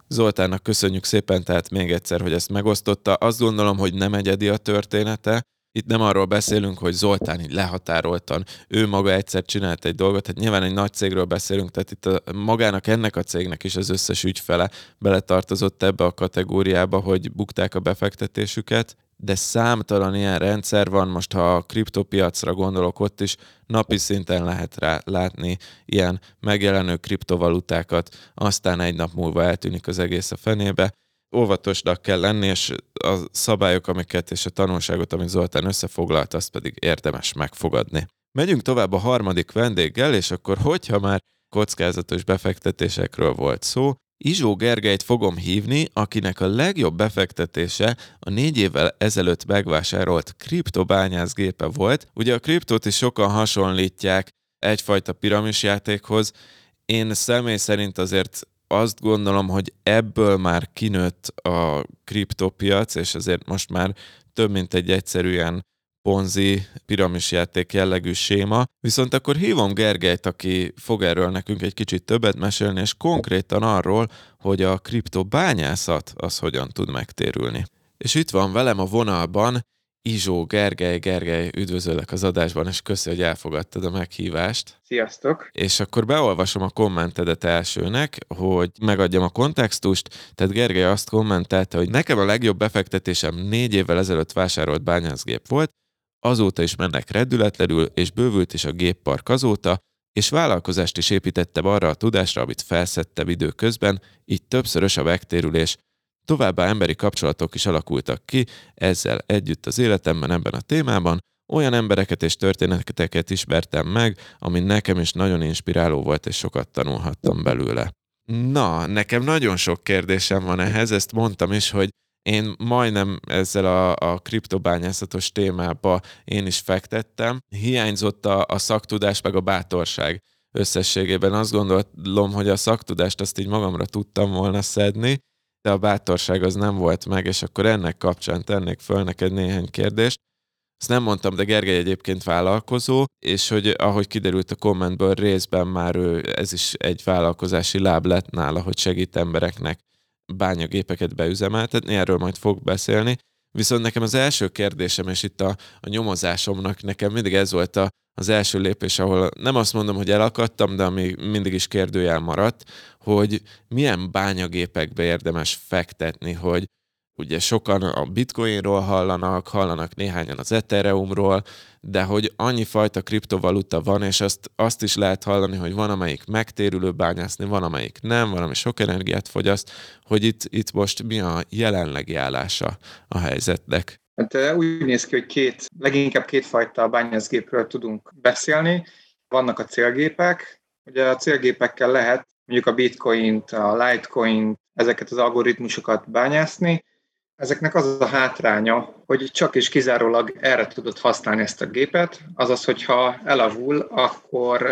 Zoltánnak köszönjük szépen, tehát még egyszer, hogy ezt megosztotta. Azt gondolom, hogy nem egyedi a története. Itt nem arról beszélünk, hogy Zoltán így lehatároltan, ő maga egyszer csinált egy dolgot, tehát nyilván egy nagy cégről beszélünk, tehát itt a, magának ennek a cégnek is az összes ügyfele beletartozott ebbe a kategóriába, hogy bukták a befektetésüket, de számtalan ilyen rendszer van, most ha a kriptopiacra gondolok, ott is napi szinten lehet rá látni ilyen megjelenő kriptovalutákat, aztán egy nap múlva eltűnik az egész a fenébe. Óvatosnak kell lenni, és a szabályok, amiket és a tanulságot, amit Zoltán összefoglalt, azt pedig érdemes megfogadni. Megyünk tovább a harmadik vendéggel, és akkor hogyha már kockázatos befektetésekről volt szó, Izsó Gergelyt fogom hívni, akinek a legjobb befektetése a négy évvel ezelőtt megvásárolt kriptobányászgépe volt. Ugye a kriptót is sokan hasonlítják egyfajta piramisjátékhoz. Én személy szerint azért azt gondolom, hogy ebből már kinőtt a kriptopiac, és azért most már több mint egy egyszerűen ponzi, piramisjáték jellegű séma. Viszont akkor hívom Gergelyt, aki fog erről nekünk egy kicsit többet mesélni, és konkrétan arról, hogy a kriptobányászat az hogyan tud megtérülni. És itt van velem a vonalban Izsó Gergely. Gergely, üdvözöllek az adásban, és köszi, hogy elfogadtad a meghívást. Sziasztok! És akkor beolvasom a kommentedet elsőnek, hogy megadjam a kontextust. Tehát Gergely azt kommentelte, hogy nekem a legjobb befektetésem négy évvel ezelőtt vásárolt bányászgép volt, azóta is mennek reddületlenül, és bővült is a géppark azóta, és vállalkozást is építettem arra a tudásra, amit felszedtem időközben, így többszörös a megtérülés. Továbbá emberi kapcsolatok is alakultak ki, ezzel együtt az életemben ebben a témában, olyan embereket és történeteket ismertem meg, ami nekem is nagyon inspiráló volt, és sokat tanulhattam belőle. Na, nekem nagyon sok kérdésem van ehhez, ezt mondtam is, hogy én majdnem ezzel a, a kriptobányászatos témába én is fektettem. Hiányzott a, a szaktudás meg a bátorság összességében. Azt gondolom, hogy a szaktudást azt így magamra tudtam volna szedni, de a bátorság az nem volt meg, és akkor ennek kapcsán tennék föl neked néhány kérdést. Ezt nem mondtam, de Gergely egyébként vállalkozó, és hogy ahogy kiderült a kommentből, részben már ő, ez is egy vállalkozási láb lett nála, hogy segít embereknek bányagépeket beüzemeltetni, erről majd fog beszélni. Viszont nekem az első kérdésem, és itt a, a nyomozásomnak nekem mindig ez volt a, az első lépés, ahol nem azt mondom, hogy elakadtam, de ami mindig is kérdőjel maradt, hogy milyen bányagépekbe érdemes fektetni, hogy ugye sokan a bitcoinról hallanak, hallanak néhányan az Ethereumról, de hogy annyi fajta kriptovaluta van, és azt, azt is lehet hallani, hogy van, amelyik megtérülő bányászni, van, amelyik nem, van, ami sok energiát fogyaszt, hogy itt, itt most mi a jelenlegi állása a helyzetnek. Hát úgy néz ki, hogy két, leginkább kétfajta bányászgépről tudunk beszélni. Vannak a célgépek, ugye a célgépekkel lehet mondjuk a bitcoint, a litecoint, ezeket az algoritmusokat bányászni. Ezeknek az a hátránya, hogy csak és kizárólag erre tudod használni ezt a gépet, azaz, hogyha elavul, akkor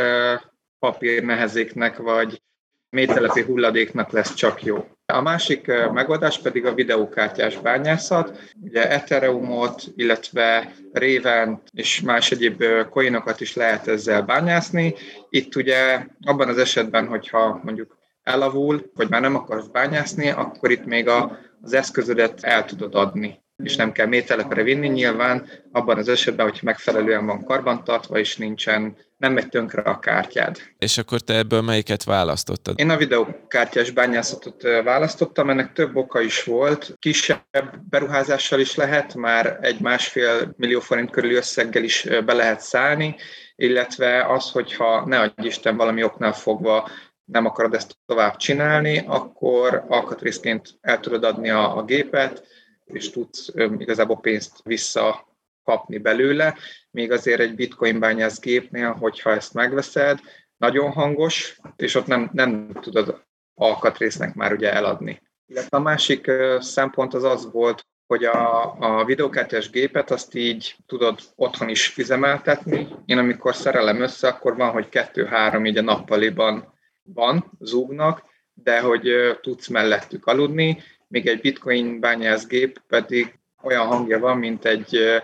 papírnehezéknek vagy mélytelepi hulladéknak lesz csak jó. A másik megoldás pedig a videókártyás bányászat. Ugye Ethereumot, illetve Raven és más egyéb coinokat is lehet ezzel bányászni. Itt ugye abban az esetben, hogyha mondjuk elavul, vagy már nem akarsz bányászni, akkor itt még a, az eszközödet el tudod adni, és nem kell mélytelepre vinni. Nyilván abban az esetben, hogy megfelelően van karbantartva, és nincsen, nem megy tönkre a kártyád. És akkor te ebből melyiket választottad? Én a videókártyás bányászatot választottam, ennek több oka is volt. Kisebb beruházással is lehet, már egy másfél millió forint körüli összeggel is be lehet szállni, illetve az, hogyha ne adj Isten valami oknál fogva nem akarod ezt tovább csinálni, akkor alkatrészként el tudod adni a, a gépet, és tudsz igazából pénzt visszakapni belőle. Még azért egy bitcoin bányász gépnél, hogyha ezt megveszed, nagyon hangos, és ott nem, nem tudod alkatrésznek már ugye eladni. Illetve a másik szempont az az volt, hogy a, a videókártyás gépet azt így tudod otthon is üzemeltetni. Én amikor szerelem össze, akkor van, hogy kettő-három így a nappaliban van, zúgnak, de hogy tudsz mellettük aludni, még egy bitcoin bányászgép pedig olyan hangja van, mint egy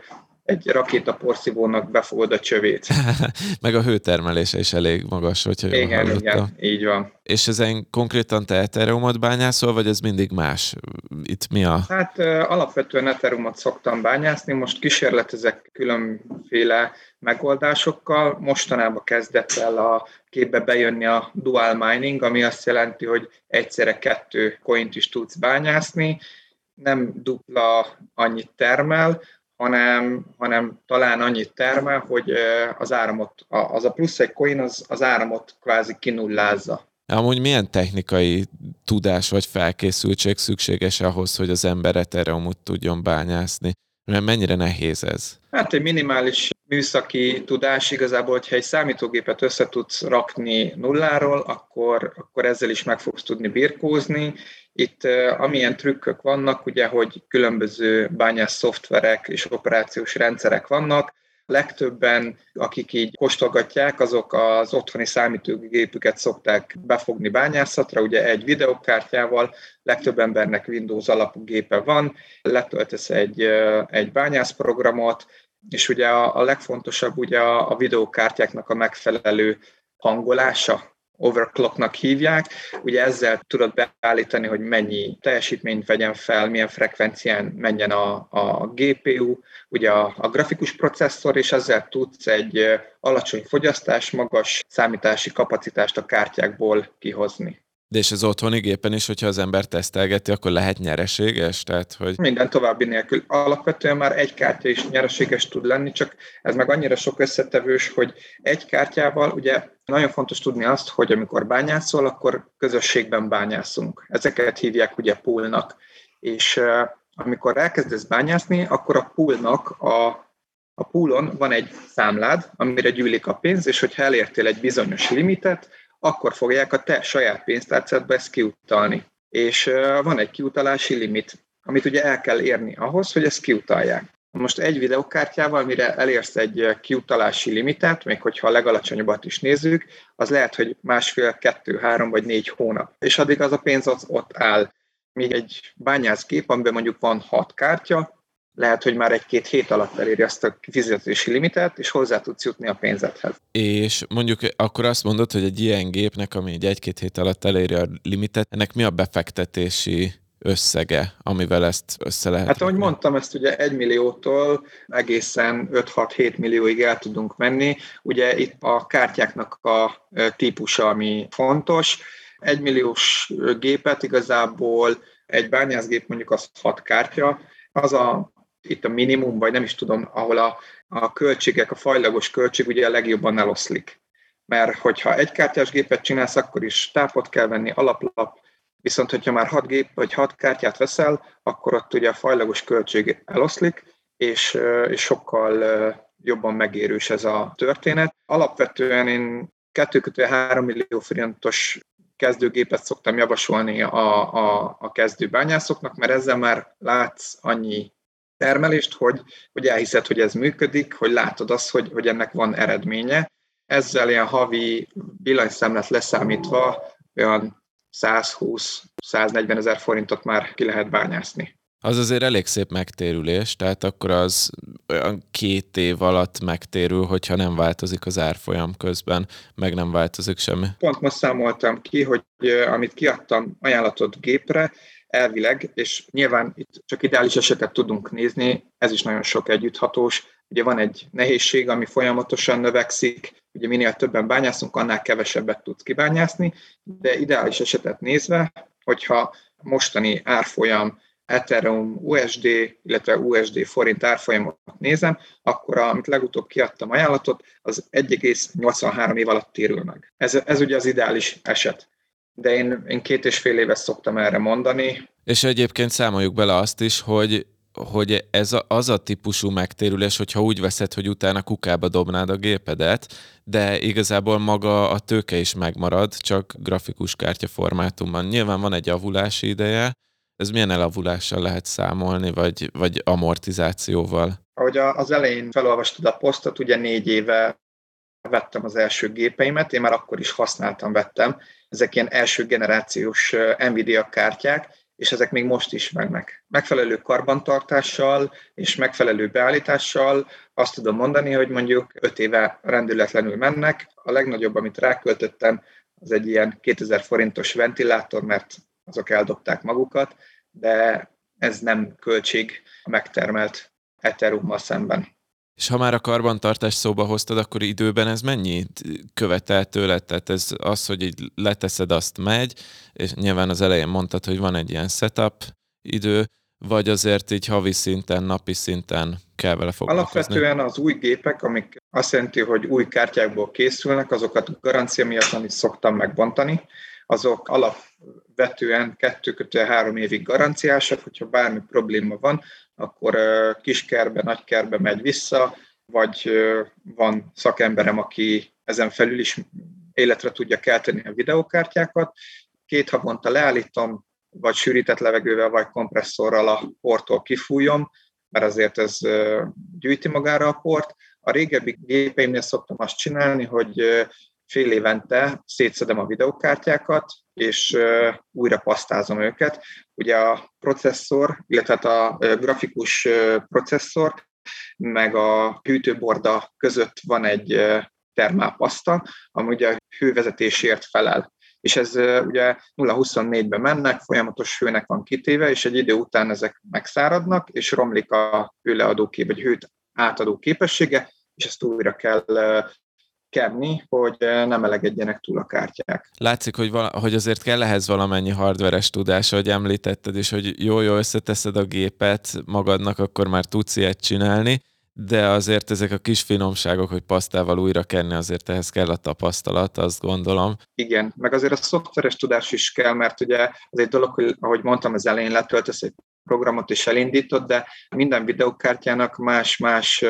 egy rakétaporszívónak befogod a csövét. Meg a hőtermelése is elég magas, hogyha jól Igen, hallottam. igen, így van. És ezen konkrétan te Ethereumot bányászol, vagy ez mindig más? Itt mi a... Hát alapvetően Ethereumot szoktam bányászni, most kísérletezek különféle megoldásokkal. Mostanában kezdett el a képbe bejönni a dual mining, ami azt jelenti, hogy egyszerre kettő coint is tudsz bányászni, nem dupla annyit termel, hanem, hanem talán annyit termel, hogy az áramot, az a plusz egy coin az, az áramot kvázi kinullázza. Amúgy milyen technikai tudás vagy felkészültség szükséges ahhoz, hogy az ember Ethereumot tudjon bányászni? Mert mennyire nehéz ez? Hát egy minimális műszaki tudás igazából, hogyha egy számítógépet össze tudsz rakni nulláról, akkor, akkor ezzel is meg fogsz tudni birkózni. Itt amilyen trükkök vannak, ugye, hogy különböző bányász szoftverek és operációs rendszerek vannak, legtöbben, akik így kóstolgatják, azok az otthoni számítógépüket szokták befogni bányászatra, ugye egy videokártyával, legtöbb embernek Windows alapú gépe van, letöltesz egy, egy bányászprogramot, és ugye a, a legfontosabb ugye a, a videokártyáknak a megfelelő hangolása, overclocknak hívják, ugye ezzel tudod beállítani, hogy mennyi teljesítményt vegyen fel, milyen frekvencián menjen a, a gé pé u, ugye a, a grafikus processzor, és ezzel tudsz egy alacsony fogyasztás, magas számítási kapacitást a kártyákból kihozni. De és az otthoni gépen is, hogyha az ember tesztelgeti, akkor lehet nyereséges? Tehát, hogy... Minden további nélkül. Alapvetően már egy kártya is nyereséges tud lenni, csak ez meg annyira sok összetevős, hogy egy kártyával, ugye nagyon fontos tudni azt, hogy amikor bányászol, akkor közösségben bányászunk. Ezeket hívják ugye poolnak. És uh, amikor elkezdesz bányászni, akkor a poolnak a A poolon van egy számlád, amire gyűlik a pénz, és hogyha elértél egy bizonyos limitet, akkor fogják a te saját pénztárcádba ezt kiutalni. És van egy kiutalási limit, amit ugye el kell érni ahhoz, hogy ezt kiutalják. Most egy videokártyával, mire elérsz egy kiutalási limitet, még hogyha a legalacsonyabbat is nézzük, az lehet, hogy másfél, kettő, három vagy négy hónap. És addig az a pénz az ott áll. Míg egy bányászgép, amiben mondjuk van hat kártya, lehet, hogy már egy-két hét alatt eléri azt a fizetési limitet, és hozzá tudsz jutni a pénzedhez. És mondjuk akkor azt mondod, hogy egy ilyen gépnek, ami egy egy-két hét alatt eléri a limitet, ennek mi a befektetési összege, amivel ezt össze lehet? Hát ahogy mondtam, ezt ugye egy milliótól egészen öt-hat-hét millióig el tudunk menni. Ugye itt a kártyáknak a típusa, ami fontos. Egy milliós gépet igazából egy bányászgép mondjuk az hat kártya, az a itt a minimum, vagy nem is tudom, ahol a, a költségek, a fajlagos költség ugye a legjobban eloszlik. Mert hogyha egy kártyás gépet csinálsz, akkor is tápot kell venni, alaplap, viszont hogyha már hat gép vagy hat kártyát veszel, akkor ott ugye a fajlagos költség eloszlik, és, és sokkal jobban megérős ez a történet. Alapvetően én kettő-három millió forintos kezdőgépet szoktam javasolni a, a, a kezdő bányászoknak, mert ezzel már látsz annyi termelést, hogy, hogy elhiszed, hogy ez működik, hogy látod azt, hogy, hogy ennek van eredménye. Ezzel ilyen havi villanyszámlát leszámítva olyan százhúsz-száznegyven ezer forintot már ki lehet bányászni. Az azért elég szép megtérülés, tehát akkor az olyan két év alatt megtérül, hogyha nem változik az árfolyam közben, meg nem változik semmi. Pont most számoltam ki, hogy amit kiadtam ajánlatot gépre, elvileg, és nyilván itt csak ideális esetet tudunk nézni, ez is nagyon sok együtthatós. Ugye van egy nehézség, ami folyamatosan növekszik, ugye minél többen bányászunk, annál kevesebbet tudsz kibányászni, de ideális esetet nézve, hogyha mostani árfolyam Ethereum, u es dé, illetve u es dé forint árfolyamot nézem, akkor amit legutóbb kiadtam ajánlatot, az egy egész nyolcvanhárom év alatt térül meg. Ez, ez ugye az ideális eset. De én, én két és fél éves szoktam erre mondani. És egyébként számoljuk bele azt is, hogy, hogy ez a, az a típusú megtérülés, hogyha úgy veszed, hogy utána kukába dobnád a gépedet, de igazából maga a tőke is megmarad, csak grafikus kártya formátumban. Nyilván van egy avulási ideje, ez milyen elavulással lehet számolni, vagy, vagy amortizációval? Ahogy az elején felolvastad a posztot, ugye négy éve vettem az első gépeimet, én már akkor is használtam, vettem. Ezek ilyen első generációs Nvidia kártyák, és ezek még most is mennek. Megfelelő karbantartással és megfelelő beállítással azt tudom mondani, hogy mondjuk öt éve rendületlenül mennek. A legnagyobb, amit ráköltöttem, az egy ilyen kétezer forintos ventilátor, mert azok eldobták magukat, de ez nem költség a megtermelt Ethereummal szemben. És ha már a karbantartást szóba hoztad, akkor időben ez mennyit követel tőled? Tehát ez az, hogy így leteszed, azt megy, és nyilván az elején mondtad, hogy van egy ilyen setup idő, vagy azért így havi szinten, napi szinten kell vele foglalkozni? Alapvetően az új gépek, amik azt jelenti, hogy új kártyákból készülnek, azokat garancia miatt nem is szoktam megbontani, azok alapvetően kettő-három évig garanciásak, hogyha bármi probléma van, akkor kiskerbe, nagykerbe megy vissza, vagy van szakemberem, aki ezen felül is életre tudja kelteni a videókártyákat. Két havonta leállítom, vagy sűrített levegővel, vagy kompresszorral a porttól kifújom, mert azért ez gyűjti magára a port. A régebbi gépeimnél szoktam azt csinálni, hogy fél évente szétszedem a videókártyákat, és újra pasztázom őket. Ugye a processzor, illetve a grafikus processzor, meg a hűtőborda között van egy termálpaszta, ami ugye a hővezetésért felel. És ez ugye nulla huszonnégyben mennek, folyamatos hőnek van kitéve, és egy idő után ezek megszáradnak, és romlik a hőleadó kép, vagy hőt átadó képessége, és ezt újra kell kenni, hogy ne melegedjenek túl a kártyák. Látszik, hogy, vala, hogy azért kell ehhez valamennyi hardveres tudás, ahogy említetted, és hogy jó-jó összeteszed a gépet magadnak, akkor már tudsz ilyet csinálni, de azért ezek a kis finomságok, hogy pasztával újra kenni, azért ehhez kell a tapasztalat, azt gondolom. Igen, meg azért a szoftveres tudás is kell, mert ugye az egy dolog, hogy ahogy mondtam, az elején letöltesz egy programot és elindítod, de minden videókártyának más-más,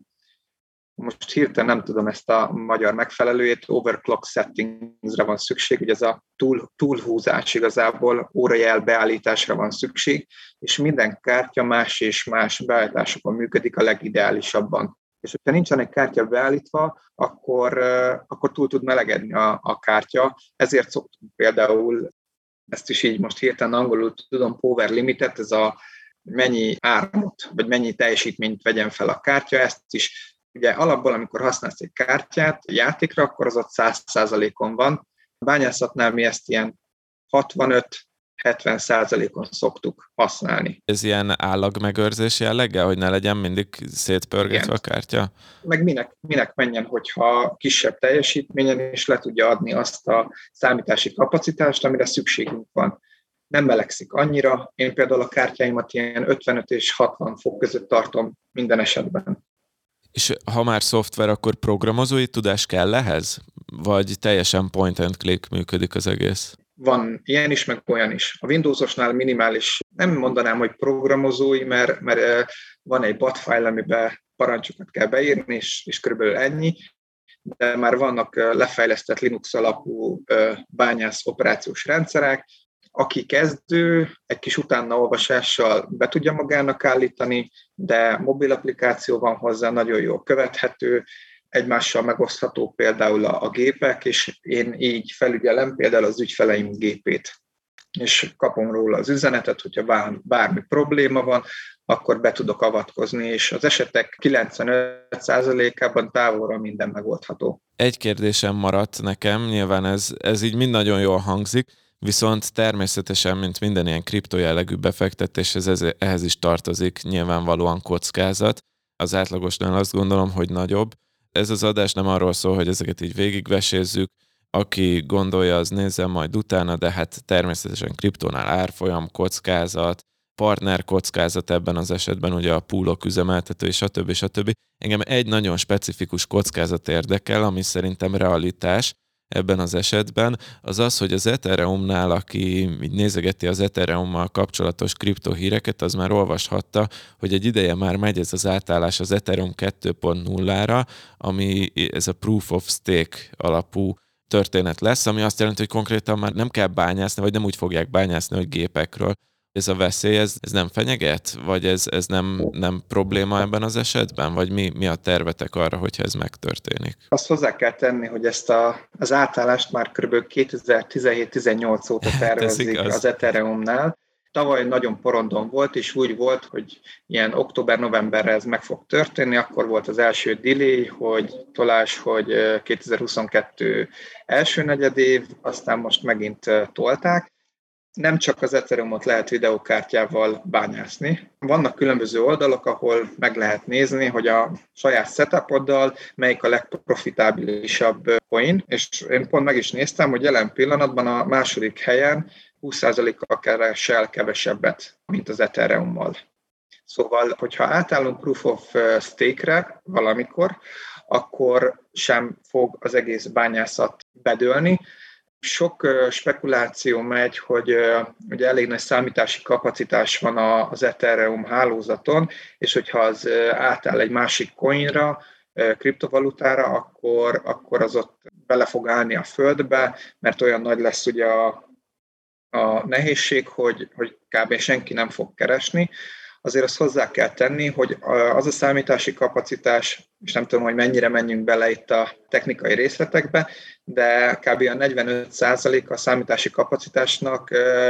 most hirtelen nem tudom ezt a magyar megfelelőjét, overclock settingsre van szükség, ugye ez a túl, túlhúzás igazából, órajel beállításra van szükség, és minden kártya más és más beállításokon működik a legideálisabban. És hogyha nincsen egy kártya beállítva, akkor, akkor túl tud melegedni a, a kártya, ezért szoktunk például, ezt is így most hirtelen angolul tudom, power limitet, ez a mennyi áramot, vagy mennyi teljesítményt vegyen fel a kártya, ezt is ugye alapból, amikor használsz egy kártyát játékra, akkor az ott száz százalékon van. A bányászatnál mi ezt ilyen hatvanöt-hetven százalékon szoktuk használni. Ez ilyen állagmegőrzés jelleggel, hogy ne legyen mindig szétpörgetve a kártya? Meg minek, minek menjen, hogyha kisebb teljesítményen, és le tudja adni azt a számítási kapacitást, amire szükségünk van. Nem melegszik annyira. Én például a kártyáimat ilyen ötvenöt és hatvan fok között tartom minden esetben. És ha már szoftver, akkor programozói tudás kell ehhez? Vagy teljesen point and click működik az egész? Van ilyen is, meg olyan is. A Windowsosnál minimális, nem mondanám, hogy programozói, mert, mert van egy bat file, amiben parancsokat kell beírni, és, és körülbelül ennyi, de már vannak lefejlesztett Linux alapú bányász operációs rendszerek. Aki kezdő, egy kis utánaolvasással be tudja magának állítani, de mobil applikáció van hozzá, nagyon jól követhető, egymással megosztható például a, a gépek, és én így felügyelem például az ügyfeleim gépét. És kapom róla az üzenetet, hogyha bár, bármi probléma van, akkor be tudok avatkozni, és az esetek kilencvenöt százalékában távolról minden megoldható. Egy kérdésem maradt nekem, nyilván ez, ez így mind nagyon jól hangzik, viszont természetesen, mint minden ilyen kriptojellegű befektetés, ez, ehhez is tartozik nyilvánvalóan kockázat. Az átlagosnál azt gondolom, hogy nagyobb. Ez az adás nem arról szól, hogy ezeket így végigvesézzük. Aki gondolja, az nézzen majd utána, de hát természetesen kriptónál árfolyam, kockázat, partner kockázat ebben az esetben, ugye a poolok üzemeltető, és stb. stb. Engem egy nagyon specifikus kockázat érdekel, ami szerintem realitás ebben az esetben, az az, hogy az Ethereumnál, aki így nézegeti az Ethereummal kapcsolatos kriptohíreket, az már olvashatta, hogy egy ideje már megy ez az átállás az Ethereum kettő pont nullára, ami ez a Proof of Stake alapú történet lesz, ami azt jelenti, hogy konkrétan már nem kell bányászni, vagy nem úgy fogják bányászni, hogy gépekről. Ez a veszély, ez, ez nem fenyeget? Vagy ez, ez nem, nem probléma ebben az esetben? Vagy mi, mi a tervetek arra, hogyha ez megtörténik? Azt hozzá kell tenni, hogy ezt a, az átállást már kb. kétezer-tizenhét-tizennyolc óta tervezik az Ethereumnál, tavaly nagyon porondon volt, és úgy volt, hogy ilyen október-novemberre ez meg fog történni, akkor volt az első delay, hogy tolás, hogy kétezer-huszonkettő első negyedév, aztán most megint tolták. Nem csak az Ethereumot lehet videókártyával bányászni. Vannak különböző oldalak, ahol meg lehet nézni, hogy a saját setupoddal melyik a legprofitábilisabb coin, és én pont meg is néztem, hogy jelen pillanatban a második helyen húsz százalékkal keresel kevesebbet, mint az Ethereummal. Szóval, hogyha átállunk Proof of Stake-re valamikor, akkor sem fog az egész bányászat bedőlni. Sok spekuláció megy, hogy ugye elég nagy számítási kapacitás van az Ethereum hálózaton, és hogyha az átáll egy másik coinra, kriptovalutára, akkor, akkor az ott bele fog állni a földbe, mert olyan nagy lesz ugye a, a nehézség, hogy, hogy kb. Senki nem fog keresni. Azért azt hozzá kell tenni, hogy az a számítási kapacitás, és nem tudom, hogy mennyire menjünk bele itt a technikai részletekbe, de kb. A negyvenöt százalék a számítási kapacitásnak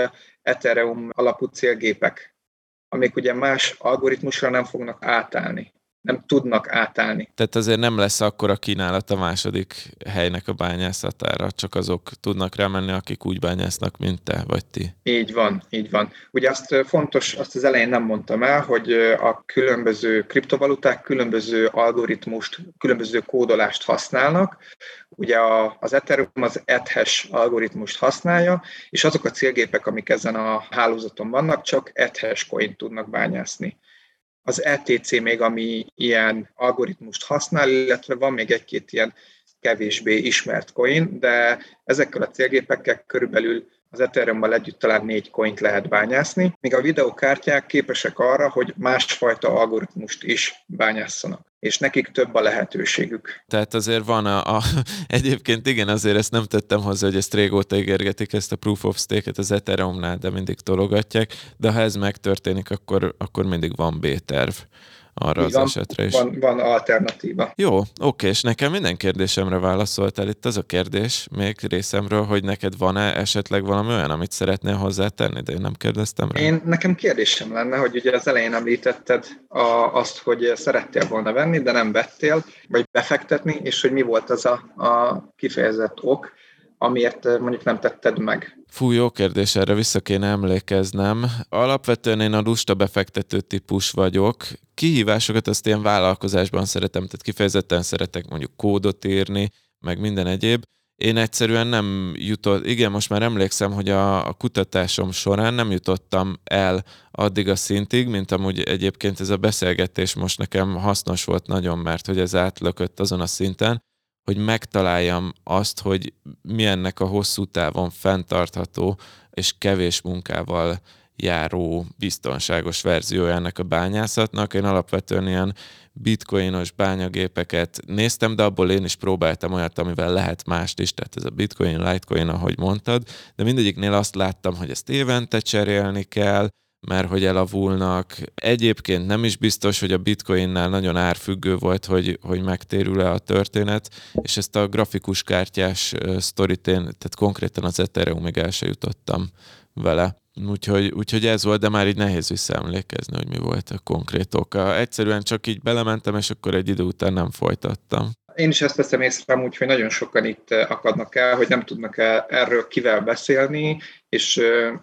Ethereum alapú célgépek, amik ugye más algoritmusra nem fognak átállni. Nem tudnak átállni. Tehát azért nem lesz akkora kínálat a második helynek a bányászatára, csak azok tudnak rámenni, akik úgy bányásznak, mint te vagy ti. Így van, így van. Ugye azt fontos, azt az elején nem mondtam el, hogy a különböző kriptovaluták különböző algoritmust, különböző kódolást használnak. Ugye az Ethereum az ETH-es algoritmust használja, és azok a célgépek, amik ezen a hálózaton vannak, csak ETH-es coin tudnak bányászni. Az E T C még, ami ilyen algoritmust használ, illetve van még egy-két ilyen kevésbé ismert coin, de ezekkel a célgépekkel körülbelül az Ethereummal együtt talán négy coint lehet bányászni, míg a videókártyák képesek arra, hogy másfajta algoritmust is bányásszanak, és nekik több a lehetőségük. Tehát azért van a, a... Egyébként igen, azért ezt nem tettem hozzá, hogy ezt régóta ígérgetik, ezt a Proof of Stake-et az Ethereumnál, de mindig tologatják, de ha ez megtörténik, akkor, akkor mindig van B-terv arra Igen, az esetre is. Van, van alternatíva. Jó, oké, és nekem minden kérdésemre válaszoltál. Itt az a kérdés még részemről, hogy neked van-e esetleg valami olyan, amit szeretnél hozzátenni, de én nem kérdeztem rá. Én, nekem kérdésem lenne, hogy ugye az elején említetted a, azt, hogy szerettél volna venni, de nem vettél, vagy befektetni, és hogy mi volt az a, a kifejezett ok, amiért mondjuk nem tetted meg. Fú, jó kérdés, erre vissza kéne emlékeznem. Alapvetően én a lusta befektető típus vagyok. Kihívásokat azt ilyen vállalkozásban szeretem, tehát kifejezetten szeretek mondjuk kódot írni, meg minden egyéb. Én egyszerűen nem jutott, igen, most már emlékszem, hogy a, a kutatásom során nem jutottam el addig a szintig, mint amúgy egyébként ez a beszélgetés most nekem hasznos volt nagyon, mert hogy ez átlökött azon a szinten, hogy megtaláljam azt, hogy mi ennek a hosszú távon fenntartható és kevés munkával járó biztonságos verziója ennek a bányászatnak. Én alapvetően ilyen bitcoinos bányagépeket néztem, de abból én is próbáltam olyat, amivel lehet mást is, tehát ez a bitcoin, litecoin, ahogy mondtad, de mindegyiknél azt láttam, hogy ezt évente cserélni kell, mert hogy elavulnak. Egyébként nem is biztos, hogy a bitcoinnál nagyon árfüggő volt, hogy, hogy megtérül-e a történet, és ezt a grafikus kártyás sztorit én, tehát konkrétan az Ethereumig el se jutottam vele. Úgyhogy, úgyhogy ez volt, de már így nehéz visszaemlékezni, hogy mi volt a konkrét oka. Egyszerűen csak így belementem, és akkor egy idő után nem folytattam. Én is ezt veszem észre, úgyhogy nagyon sokan itt akadnak el, hogy nem tudnak erről kivel beszélni, és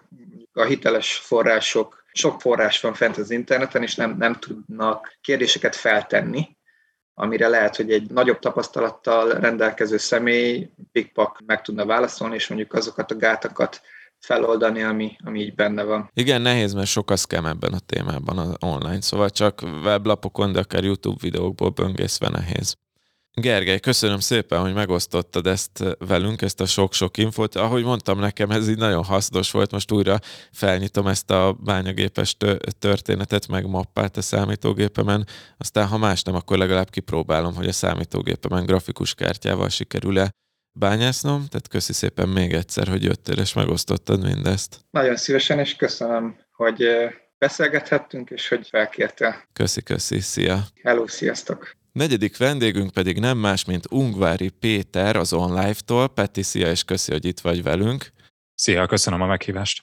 a hiteles források, sok forrás van fent az interneten, és nem, nem tudnak kérdéseket feltenni, amire lehet, hogy egy nagyobb tapasztalattal rendelkező személy pikpak meg tudna válaszolni, és mondjuk azokat a gátakat feloldani, ami, ami így benne van. Igen, nehéz, mert sok a scam ebben a témában az online, szóval csak weblapokon, de akár YouTube videókból böngészve nehéz. Gergely, köszönöm szépen, hogy megosztottad ezt velünk, ezt a sok-sok infót. Ahogy mondtam, nekem ez így nagyon hasznos volt, most újra felnyitom ezt a bányagépes történetet, meg mappát a számítógépemen, aztán ha más nem, akkor legalább kipróbálom, hogy a számítógépemen grafikus kártyával sikerül-e bányásznom, tehát köszi szépen még egyszer, hogy jöttél és megosztottad mindezt. Nagyon szívesen, és köszönöm, hogy beszélgethettünk, és hogy felkértél. Köszi, köszi, szia! Hello, sziasztok! Negyedik vendégünk pedig nem más, mint Ungvári Péter az OnLive-tól. Peti, szia, és köszi, hogy itt vagy velünk. Szia, köszönöm a meghívást.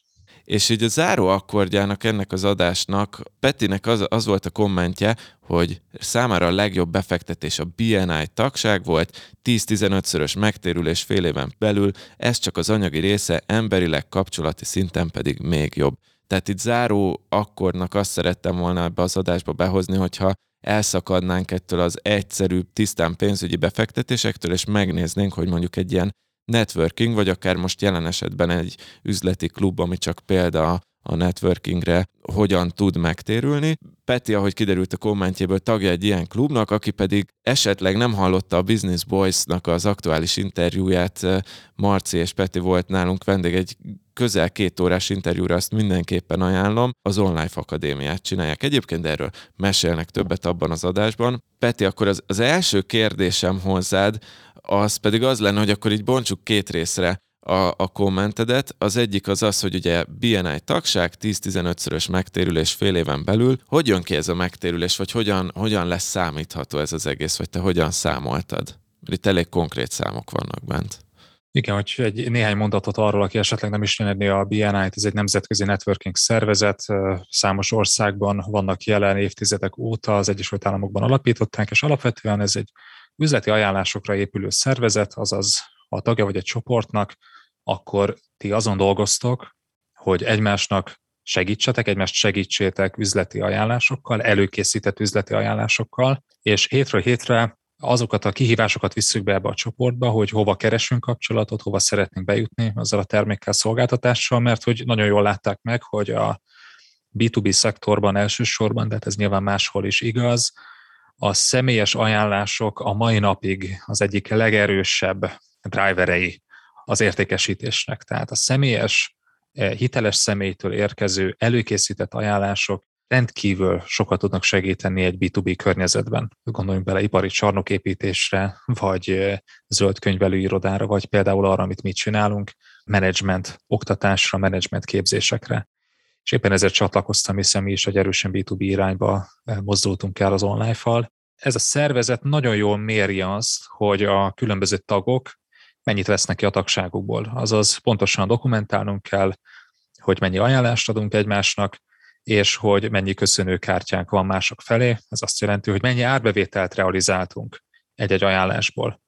És így a záró akkordjának ennek az adásnak Petinek az, az volt a kommentje, hogy számára a legjobb befektetés a bé en i tagság volt, tíz-tizenötszörös megtérülés fél éven belül, ez csak az anyagi része, emberileg, kapcsolati szinten pedig még jobb. Tehát itt záró akkordnak azt szerettem volna ebbe az adásba behozni, hogyha elszakadnánk ettől az egyszerűbb, tisztán pénzügyi befektetésektől, és megnéznénk, hogy mondjuk egy ilyen networking, vagy akár most jelen esetben egy üzleti klub, ami csak példa a networkingre, hogyan tud megtérülni. Peti, ahogy kiderült a kommentjéből, tagja egy ilyen klubnak, aki pedig esetleg nem hallotta a Business Boys-nak az aktuális interjúját, Marci és Peti volt nálunk vendég, egy közel két órás interjúra, azt mindenképpen ajánlom. Az Online Akadémiát csinálják egyébként, de erről mesélnek többet abban az adásban. Peti, akkor az, az első kérdésem hozzád, az pedig az lenne, hogy akkor így bontsuk két részre a, a kommentedet. Az egyik az az, hogy ugye bé en i tagság, tíz-tizenötszörös megtérülés fél éven belül. Hogy jön ki ez a megtérülés, vagy hogyan, hogyan lesz számítható ez az egész, vagy te hogyan számoltad? Mert itt elég konkrét számok vannak bent. Igen, hogy egy néhány mondatot arról, aki esetleg nem ismerné a bé en i-t, ez egy nemzetközi networking szervezet, számos országban vannak jelen évtizedek óta, az Egyesült Államokban alapították, és alapvetően ez egy üzleti ajánlásokra épülő szervezet, azaz ha a tagja vagy egy csoportnak, akkor ti azon dolgoztok, hogy egymásnak segítsetek, egymást segítsétek üzleti ajánlásokkal, előkészített üzleti ajánlásokkal, és hétről hétre azokat a kihívásokat visszük be ebbe a csoportba, hogy hova keresünk kapcsolatot, hova szeretnénk bejutni azzal a termékkel, szolgáltatással, mert hogy nagyon jól látták meg, hogy a bé kettő bé szektorban elsősorban, de hát ez nyilván máshol is igaz, a személyes ajánlások a mai napig az egyik legerősebb driverei az értékesítésnek. Tehát a személyes, hiteles személytől érkező előkészített ajánlások rendkívül sokat tudnak segíteni egy bé kettő bé környezetben. Gondoljunk bele ipari csarnoképítésre, vagy zöld könyvelőirodára, vagy például arra, amit mi csinálunk, menedzsment oktatásra, menedzsment képzésekre. És éppen ezért csatlakoztam, hiszen mi is egy erősen bé kettő bé irányba mozdultunk el az online-fal. Ez a szervezet nagyon jól méri azt, hogy a különböző tagok mennyit vesznek ki a tagságukból. Azaz pontosan dokumentálnunk kell, hogy mennyi ajánlást adunk egymásnak, és hogy mennyi köszönőkártyánk van mások felé. Ez azt jelenti, hogy mennyi árbevételt realizáltunk egy-egy ajánlásból.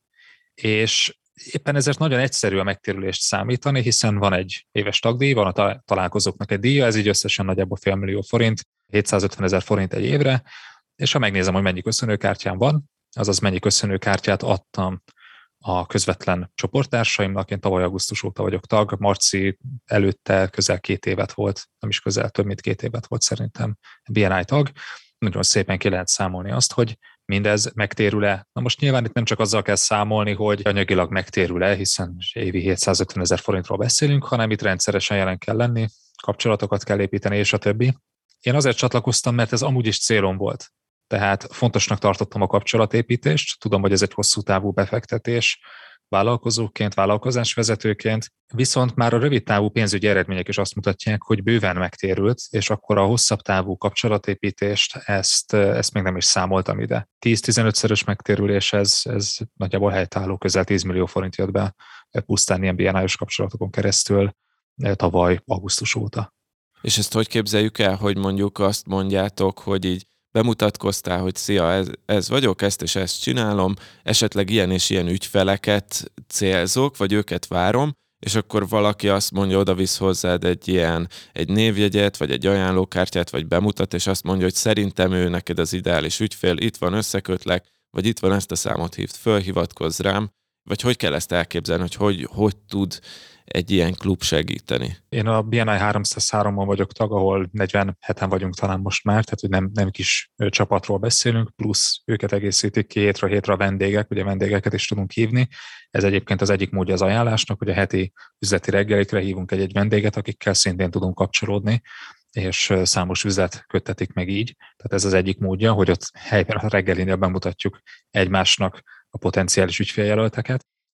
És éppen ezért nagyon egyszerű a megtérülést számítani, hiszen van egy éves tagdíj, van a találkozóknak egy díja, ez így összesen nagyjából fél millió forint, hétszázötven ezer forint egy évre, és ha megnézem, hogy mennyi köszönőkártyám van, azaz mennyi köszönőkártyát adtam a közvetlen csoporttársaimnak. Én tavaly augusztus óta vagyok tag, Marci előtte közel két évet volt, nem is közel, több mint két évet volt szerintem bé en i tag. Nagyon szépen ki lehet számolni azt, hogy mindez megtérül-e. Na most nyilván itt nem csak azzal kell számolni, hogy anyagilag megtérül-e, hiszen évi hétszázötven ezer forintról beszélünk, hanem itt rendszeresen jelen kell lenni, kapcsolatokat kell építeni, és a többi. Én azért csatlakoztam, mert ez amúgy is célom volt. Tehát fontosnak tartottam a kapcsolatépítést, tudom, hogy ez egy hosszú távú befektetés, vállalkozóként, vállalkozásvezetőként, viszont már a rövid távú pénzügyi eredmények is azt mutatják, hogy bőven megtérült, és akkor a hosszabb távú kapcsolatépítést, ezt, ezt még nem is számoltam ide. tíz-tizenötszörös megtérülés, ez, ez nagyjából helytálló, közel tíz millió forint jött be pusztán ilyen bé en i-os kapcsolatokon keresztül tavaly augusztus óta. És ezt hogy képzeljük el, hogy mondjuk azt mondjátok, hogy így bemutatkoztál, hogy szia, ez, ez vagyok, ezt és ezt csinálom, esetleg ilyen és ilyen ügyfeleket célzok, vagy őket várom, és akkor valaki azt mondja, odavisz hozzád egy ilyen, egy névjegyet, vagy egy ajánlókártyát, vagy bemutat, és azt mondja, hogy szerintem ő neked az ideális ügyfél, itt van, összekötlek, vagy itt van, ezt a számot hívd föl, hivatkozz rám, vagy hogy kell ezt elképzelni, hogy hogy, hogy tud egy ilyen klub segíteni? Én a bé en i háromszázháromban vagyok tag, ahol negyvenheten vagyunk talán most már, tehát hogy nem, nem kis csapatról beszélünk, plusz őket egészítik ki hétről hétre a vendégek, ugye vendégeket is tudunk hívni. Ez egyébként az egyik módja az ajánlásnak, hogy a heti üzleti reggelikre hívunk egy-egy vendéget, akikkel szintén tudunk kapcsolódni, és számos üzlet köttetik meg így. Tehát ez az egyik módja, hogy ott helyben a reggelinél bemutatjuk egymásnak a potenciális ügyféljelölteket.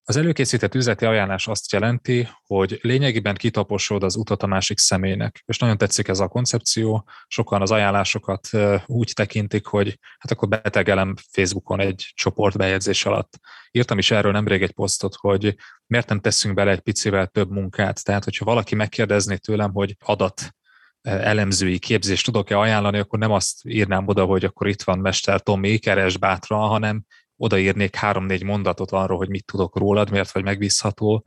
Az előkészített üzleti ajánlás azt jelenti, hogy lényegében kitaposod az utat a másik személynek. És nagyon tetszik ez a koncepció. Sokan az ajánlásokat úgy tekintik, hogy hát akkor betegelem Facebookon egy csoportbejegyzés alatt. Írtam is erről nemrég egy posztot, hogy miért nem teszünk bele egy picivel több munkát. Tehát, hogyha valaki megkérdezné tőlem, hogy adat elemzői képzést tudok-e ajánlani, akkor nem azt írnám oda, hogy akkor itt van Mester Tomi, keresd bátran, hanem odaírnék három-négy mondatot arról, hogy mit tudok rólad, miért vagy megbízható,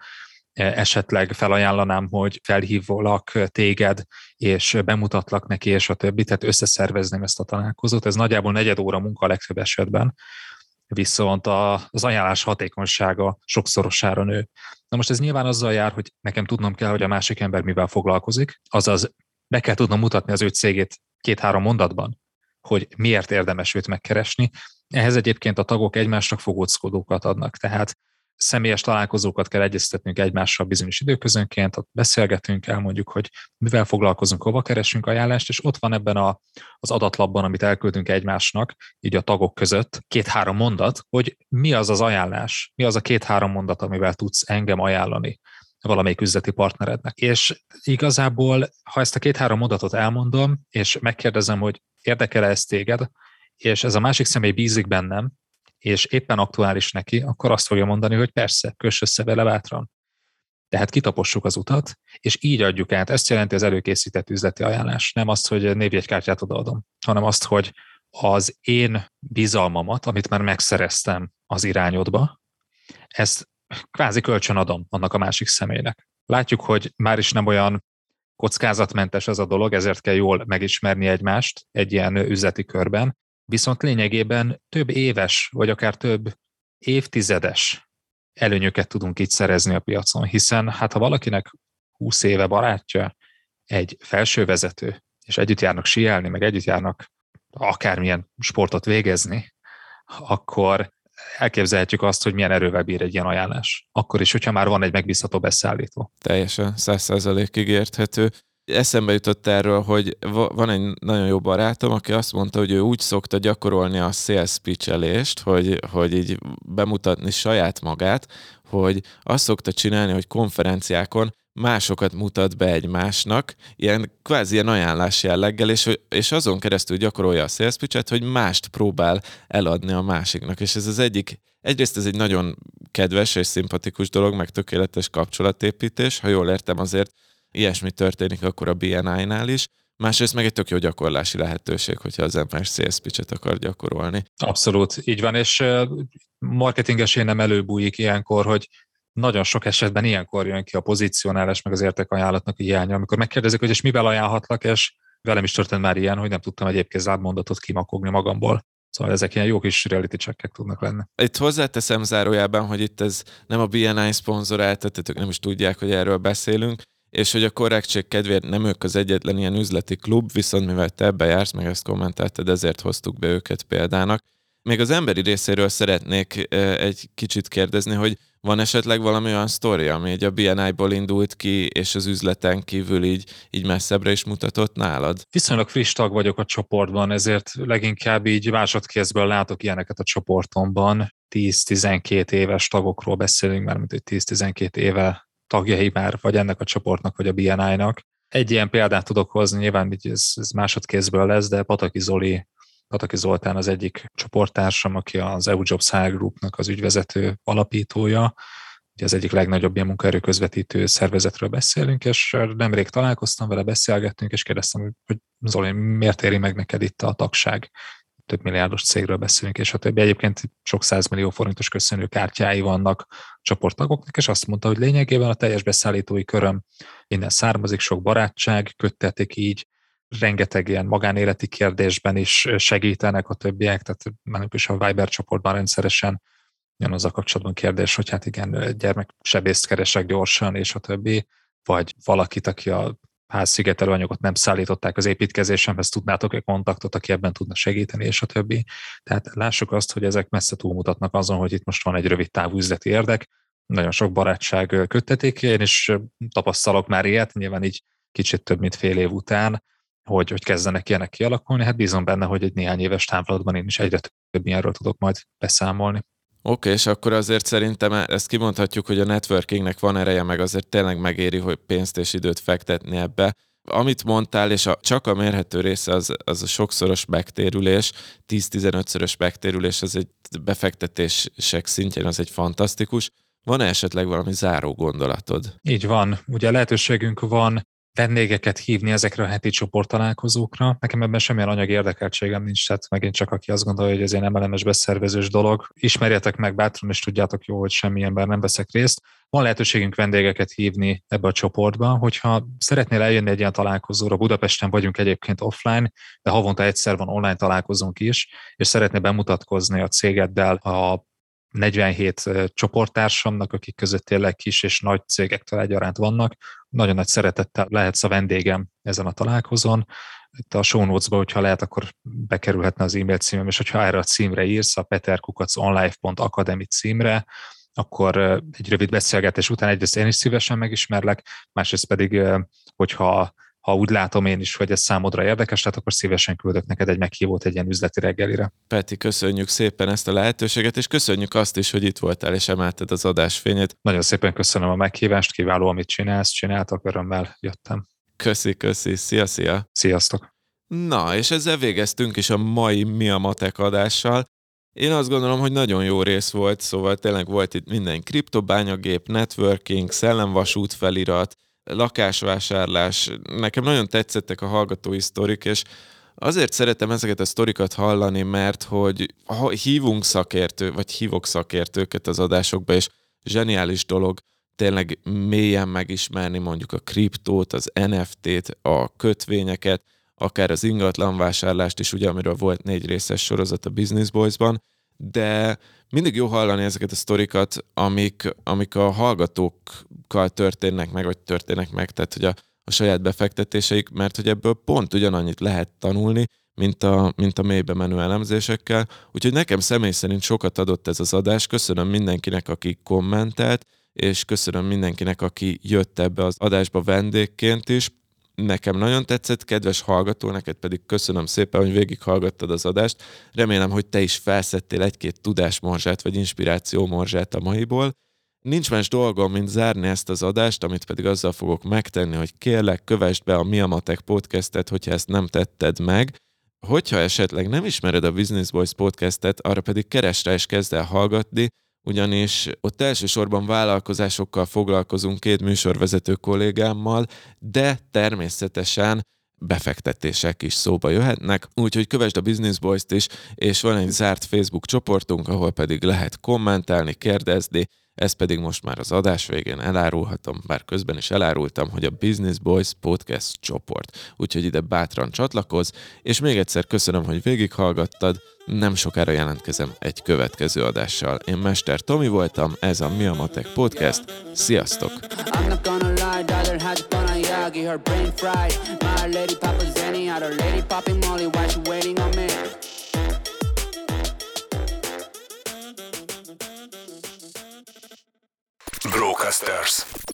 esetleg felajánlanám, hogy felhívlak téged, és bemutatlak neki, és a többi, tehát összeszervezném ezt a találkozót. Ez nagyjából negyed óra munka a legtöbb esetben, viszont az ajánlás hatékonysága sokszorosára nő. Na most ez nyilván azzal jár, hogy nekem tudnom kell, hogy a másik ember mivel foglalkozik, azaz be kell tudnom mutatni az ő cégét két-három mondatban, hogy miért érdemes őt megkeresni. Ehhez egyébként a tagok egymásnak fogóckodókat adnak, tehát személyes találkozókat kell egyeztetnünk egymással bizonyos időközönként, ott beszélgetünk, elmondjuk, hogy mivel foglalkozunk, hova keresünk ajánlást, és ott van ebben a, az adatlapban, amit elküldünk egymásnak, így a tagok között, két-három mondat, hogy mi az az ajánlás, mi az a két-három mondat, amivel tudsz engem ajánlani valamelyik üzleti partnerednek. És igazából, ha ezt a két-három mondatot elmondom, és megkérdezem, hogy érdekel-e ez téged, és ez a másik személy bízik bennem, és éppen aktuális neki, akkor azt fogja mondani, hogy persze, köss össze vele bátran. Tehát kitapossuk az utat, és így adjuk át. Ezt jelenti az előkészített üzleti ajánlás. Nem azt, hogy névjegykártyát odaadom, hanem azt, hogy az én bizalmamat, amit már megszereztem az irányodba, ezt kvázi kölcsönadom annak a másik személynek. Látjuk, hogy már is nem olyan kockázatmentes ez a dolog, ezért kell jól megismerni egymást egy ilyen üzleti körben, viszont lényegében több éves, vagy akár több évtizedes előnyöket tudunk itt szerezni a piacon, hiszen hát ha valakinek húsz éve barátja egy felsővezető, és együtt járnak síelni, meg együtt járnak akármilyen sportot végezni, akkor elképzelhetjük azt, hogy milyen erővel bír egy ilyen ajánlás. Akkor is, hogyha már van egy megbízható beszállító. Teljesen száz százalékig érthető. Eszembe jutott erről, hogy van egy nagyon jó barátom, aki azt mondta, hogy ő úgy szokta gyakorolni a sales pitch-elést, hogy, hogy így bemutatni saját magát, hogy azt szokta csinálni, hogy konferenciákon másokat mutat be egymásnak, ilyen kvázi ilyen ajánlás jelleggel, és, és azon keresztül gyakorolja a sales pitch-et, hogy mást próbál eladni a másiknak. És ez az egyik, egyrészt ez egy nagyon kedves és szimpatikus dolog, meg tökéletes kapcsolatépítés, ha jól értem, azért ilyesmi történik akkor a bé en í-nál is. Másrészt meg egy tök jó gyakorlási lehetőség, hogyha az ember sales pitch-et akar gyakorolni. Abszolút, így van, és marketingesén nem előbújik ilyenkor, hogy nagyon sok esetben ilyenkor jön ki a pozícionálás, meg az értékajánlatnak a hiánya, amikor megkérdezik, hogy és mivel ajánlhatlak, és velem is történt már ilyen, hogy nem tudtam egyébként zármondatot kimakogni magamból. Szóval ezek ilyen jó kis reality checkek tudnak lenni. Itt hozzáteszem zárójában, hogy itt ez nem a bé en í szponzorált, tehát ők nem is tudják, hogy erről beszélünk, és hogy a korrektség kedvéért nem ők az egyetlen ilyen üzleti klub, viszont mivel te ebbe jársz, meg ezt kommentáltad, ezért hoztuk be őket példának. Még az emberi részéről szeretnék egy kicsit kérdezni, hogy van esetleg valami olyan sztori, ami így a bé en í-ból indult ki, és az üzleten kívül így, így messzebbre is mutatott nálad? Viszonylag friss tag vagyok a csoportban, ezért leginkább így másodkézből látok ilyeneket a csoportomban. tíz-tizenkét éves tagokról beszélünk, már mint hogy tíz-tizenkét éve tagjai már, vagy ennek a csoportnak, vagy a bé en í-nak. Egy ilyen példát tudok hozni, nyilván ez, ez másodkézből lesz, de Pataki Zoli, Pataki Zoltán az egyik csoporttársam, aki az e u Jobs há er Groupnak az ügyvezető alapítója, ugye az egyik legnagyobb ilyen munkaerő közvetítő szervezetről beszélünk, és nemrég találkoztam vele, beszélgettünk, és kérdeztem, hogy Zoli, miért éri meg neked itt a tagság? Több milliárdos cégről beszélünk, és a többi. Egyébként sok százmillió forintos köszönő kártyái vannak a csoporttagoknak, és azt mondta, hogy lényegében a teljes beszállítói köröm innen származik, sok barátság, köttetik így, rengeteg ilyen magánéleti kérdésben is segítenek a többiek, tehát már is a Viber csoportban rendszeresen jön az a kapcsolatban kérdés, hogy hát igen, gyermeksebészt keresek gyorsan, és a többi, vagy valakit, aki a házszigetelő anyagot nem szállították az építkezésemhez, tudnátok egy kontaktot, aki ebben tudna segíteni, és a többi. Tehát lássuk azt, hogy ezek messze túlmutatnak azon, hogy itt most van egy rövid távú üzleti érdek, nagyon sok barátság köttetik, én is tapasztalok már ilyet, nyilván így kicsit több, mint fél év után, hogy, hogy kezdenek ilyenek kialakulni, hát bízom benne, hogy egy néhány éves távlatban én is egyre több ilyenről tudok majd beszámolni. Oké, és akkor azért szerintem ezt kimondhatjuk, hogy a networkingnek van ereje, meg azért tényleg megéri, hogy pénzt és időt fektetni ebbe. Amit mondtál, és a, csak a mérhető része az, az a sokszoros megtérülés, tíz-tizenötszörös megtérülés, az egy befektetések szintjén az egy fantasztikus. Van-e esetleg valami záró gondolatod? Így van. Ugye lehetőségünk van vendégeket hívni ezekre a heti csoporttalálkozókra. Nekem ebben semmilyen anyagi érdekeltségem nincs, tehát megint csak aki azt gondolja, hogy ez egy em el em-es beszervezős dolog. Ismerjetek meg bátran, és tudjátok jó, hogy semmi ember nem veszek részt. Van lehetőségünk vendégeket hívni ebbe a csoportba, hogyha szeretnél eljönni egy ilyen találkozóra, Budapesten vagyunk egyébként offline, de havonta egyszer van online találkozónk is, és szeretnél bemutatkozni a cégeddel a negyvenhét csoporttársamnak, akik között tényleg kis és nagy cégektől egyaránt vannak. Nagyon nagy szeretettel lehetsz a vendégem ezen a találkozón. Itt a show notes-ba, hogyha lehet, akkor bekerülhetne az e-mail címem, és hogyha erre a címre írsz, a peterkukac online pont academy címre, akkor egy rövid beszélgetés után egyrészt én is szívesen megismerlek, másrészt pedig, hogyha ha úgy látom én is, hogy ez számodra érdekes, tehát akkor szívesen küldök neked egy meghívót egy ilyen üzleti reggelire. Peti, köszönjük szépen ezt a lehetőséget, és köszönjük azt is, hogy itt voltál és emelted az adásfényét. Nagyon szépen köszönöm a meghívást, kiváló, amit csinálsz, csináltak, örömmel jöttem. Köszi, köszi, szia, szia. Sziasztok. Na, és ezzel végeztünk is a mai Mi a Matek adással. Én azt gondolom, hogy nagyon jó rész volt, szóval tényleg volt itt minden kriptobányagép, networking, szellemvasút felirat, lakásvásárlás. Nekem nagyon tetszettek a hallgatói sztorik, és azért szeretem ezeket a sztorikat hallani, mert hogy hívunk szakértő, vagy hívok szakértőket az adásokba, és zseniális dolog tényleg mélyen megismerni mondjuk a kriptót, az en ef té-t, a kötvényeket, akár az ingatlanvásárlást is, ugye, amiről volt négy részes sorozat a Business Boys-ban, de mindig jó hallani ezeket a sztorikat, amik, amik a hallgatókkal történnek meg, vagy történnek meg, tehát hogy a, a saját befektetéseik, mert hogy ebből pont ugyanannyit lehet tanulni, mint a, mint a mélybe menő elemzésekkel. Úgyhogy nekem személy szerint sokat adott ez az adás. Köszönöm mindenkinek, aki kommentelt, és köszönöm mindenkinek, aki jött ebbe az adásba vendégként is. Nekem nagyon tetszett, kedves hallgató, neked pedig köszönöm szépen, hogy végighallgattad az adást. Remélem, hogy te is felszedtél egy-két tudásmorzsát, vagy inspirációmorzsát a maiból. Nincs más dolgom, mint zárni ezt az adást, amit pedig azzal fogok megtenni, hogy kérlek, kövesd be a Mi a Matek podcastet, hogyha ezt nem tetted meg. Hogyha esetleg nem ismered a Business Boys podcastet, arra pedig keresd rá és kezd el hallgatni, ugyanis ott elsősorban vállalkozásokkal foglalkozunk két műsorvezető kollégámmal, de természetesen befektetések is szóba jöhetnek, úgyhogy kövesd a Business Boys-t is, és van egy zárt Facebook csoportunk, ahol pedig lehet kommentálni, kérdezni, ezt pedig most már az adás végén elárulhatom, bár közben is elárultam, hogy a Business Boys Podcast csoport. Úgyhogy ide bátran csatlakozz, és még egyszer köszönöm, hogy végighallgattad, nem sokára jelentkezem egy következő adással. Én Mester Tomi voltam, ez a Mi a Matek Podcast. Sziasztok! Brocasters.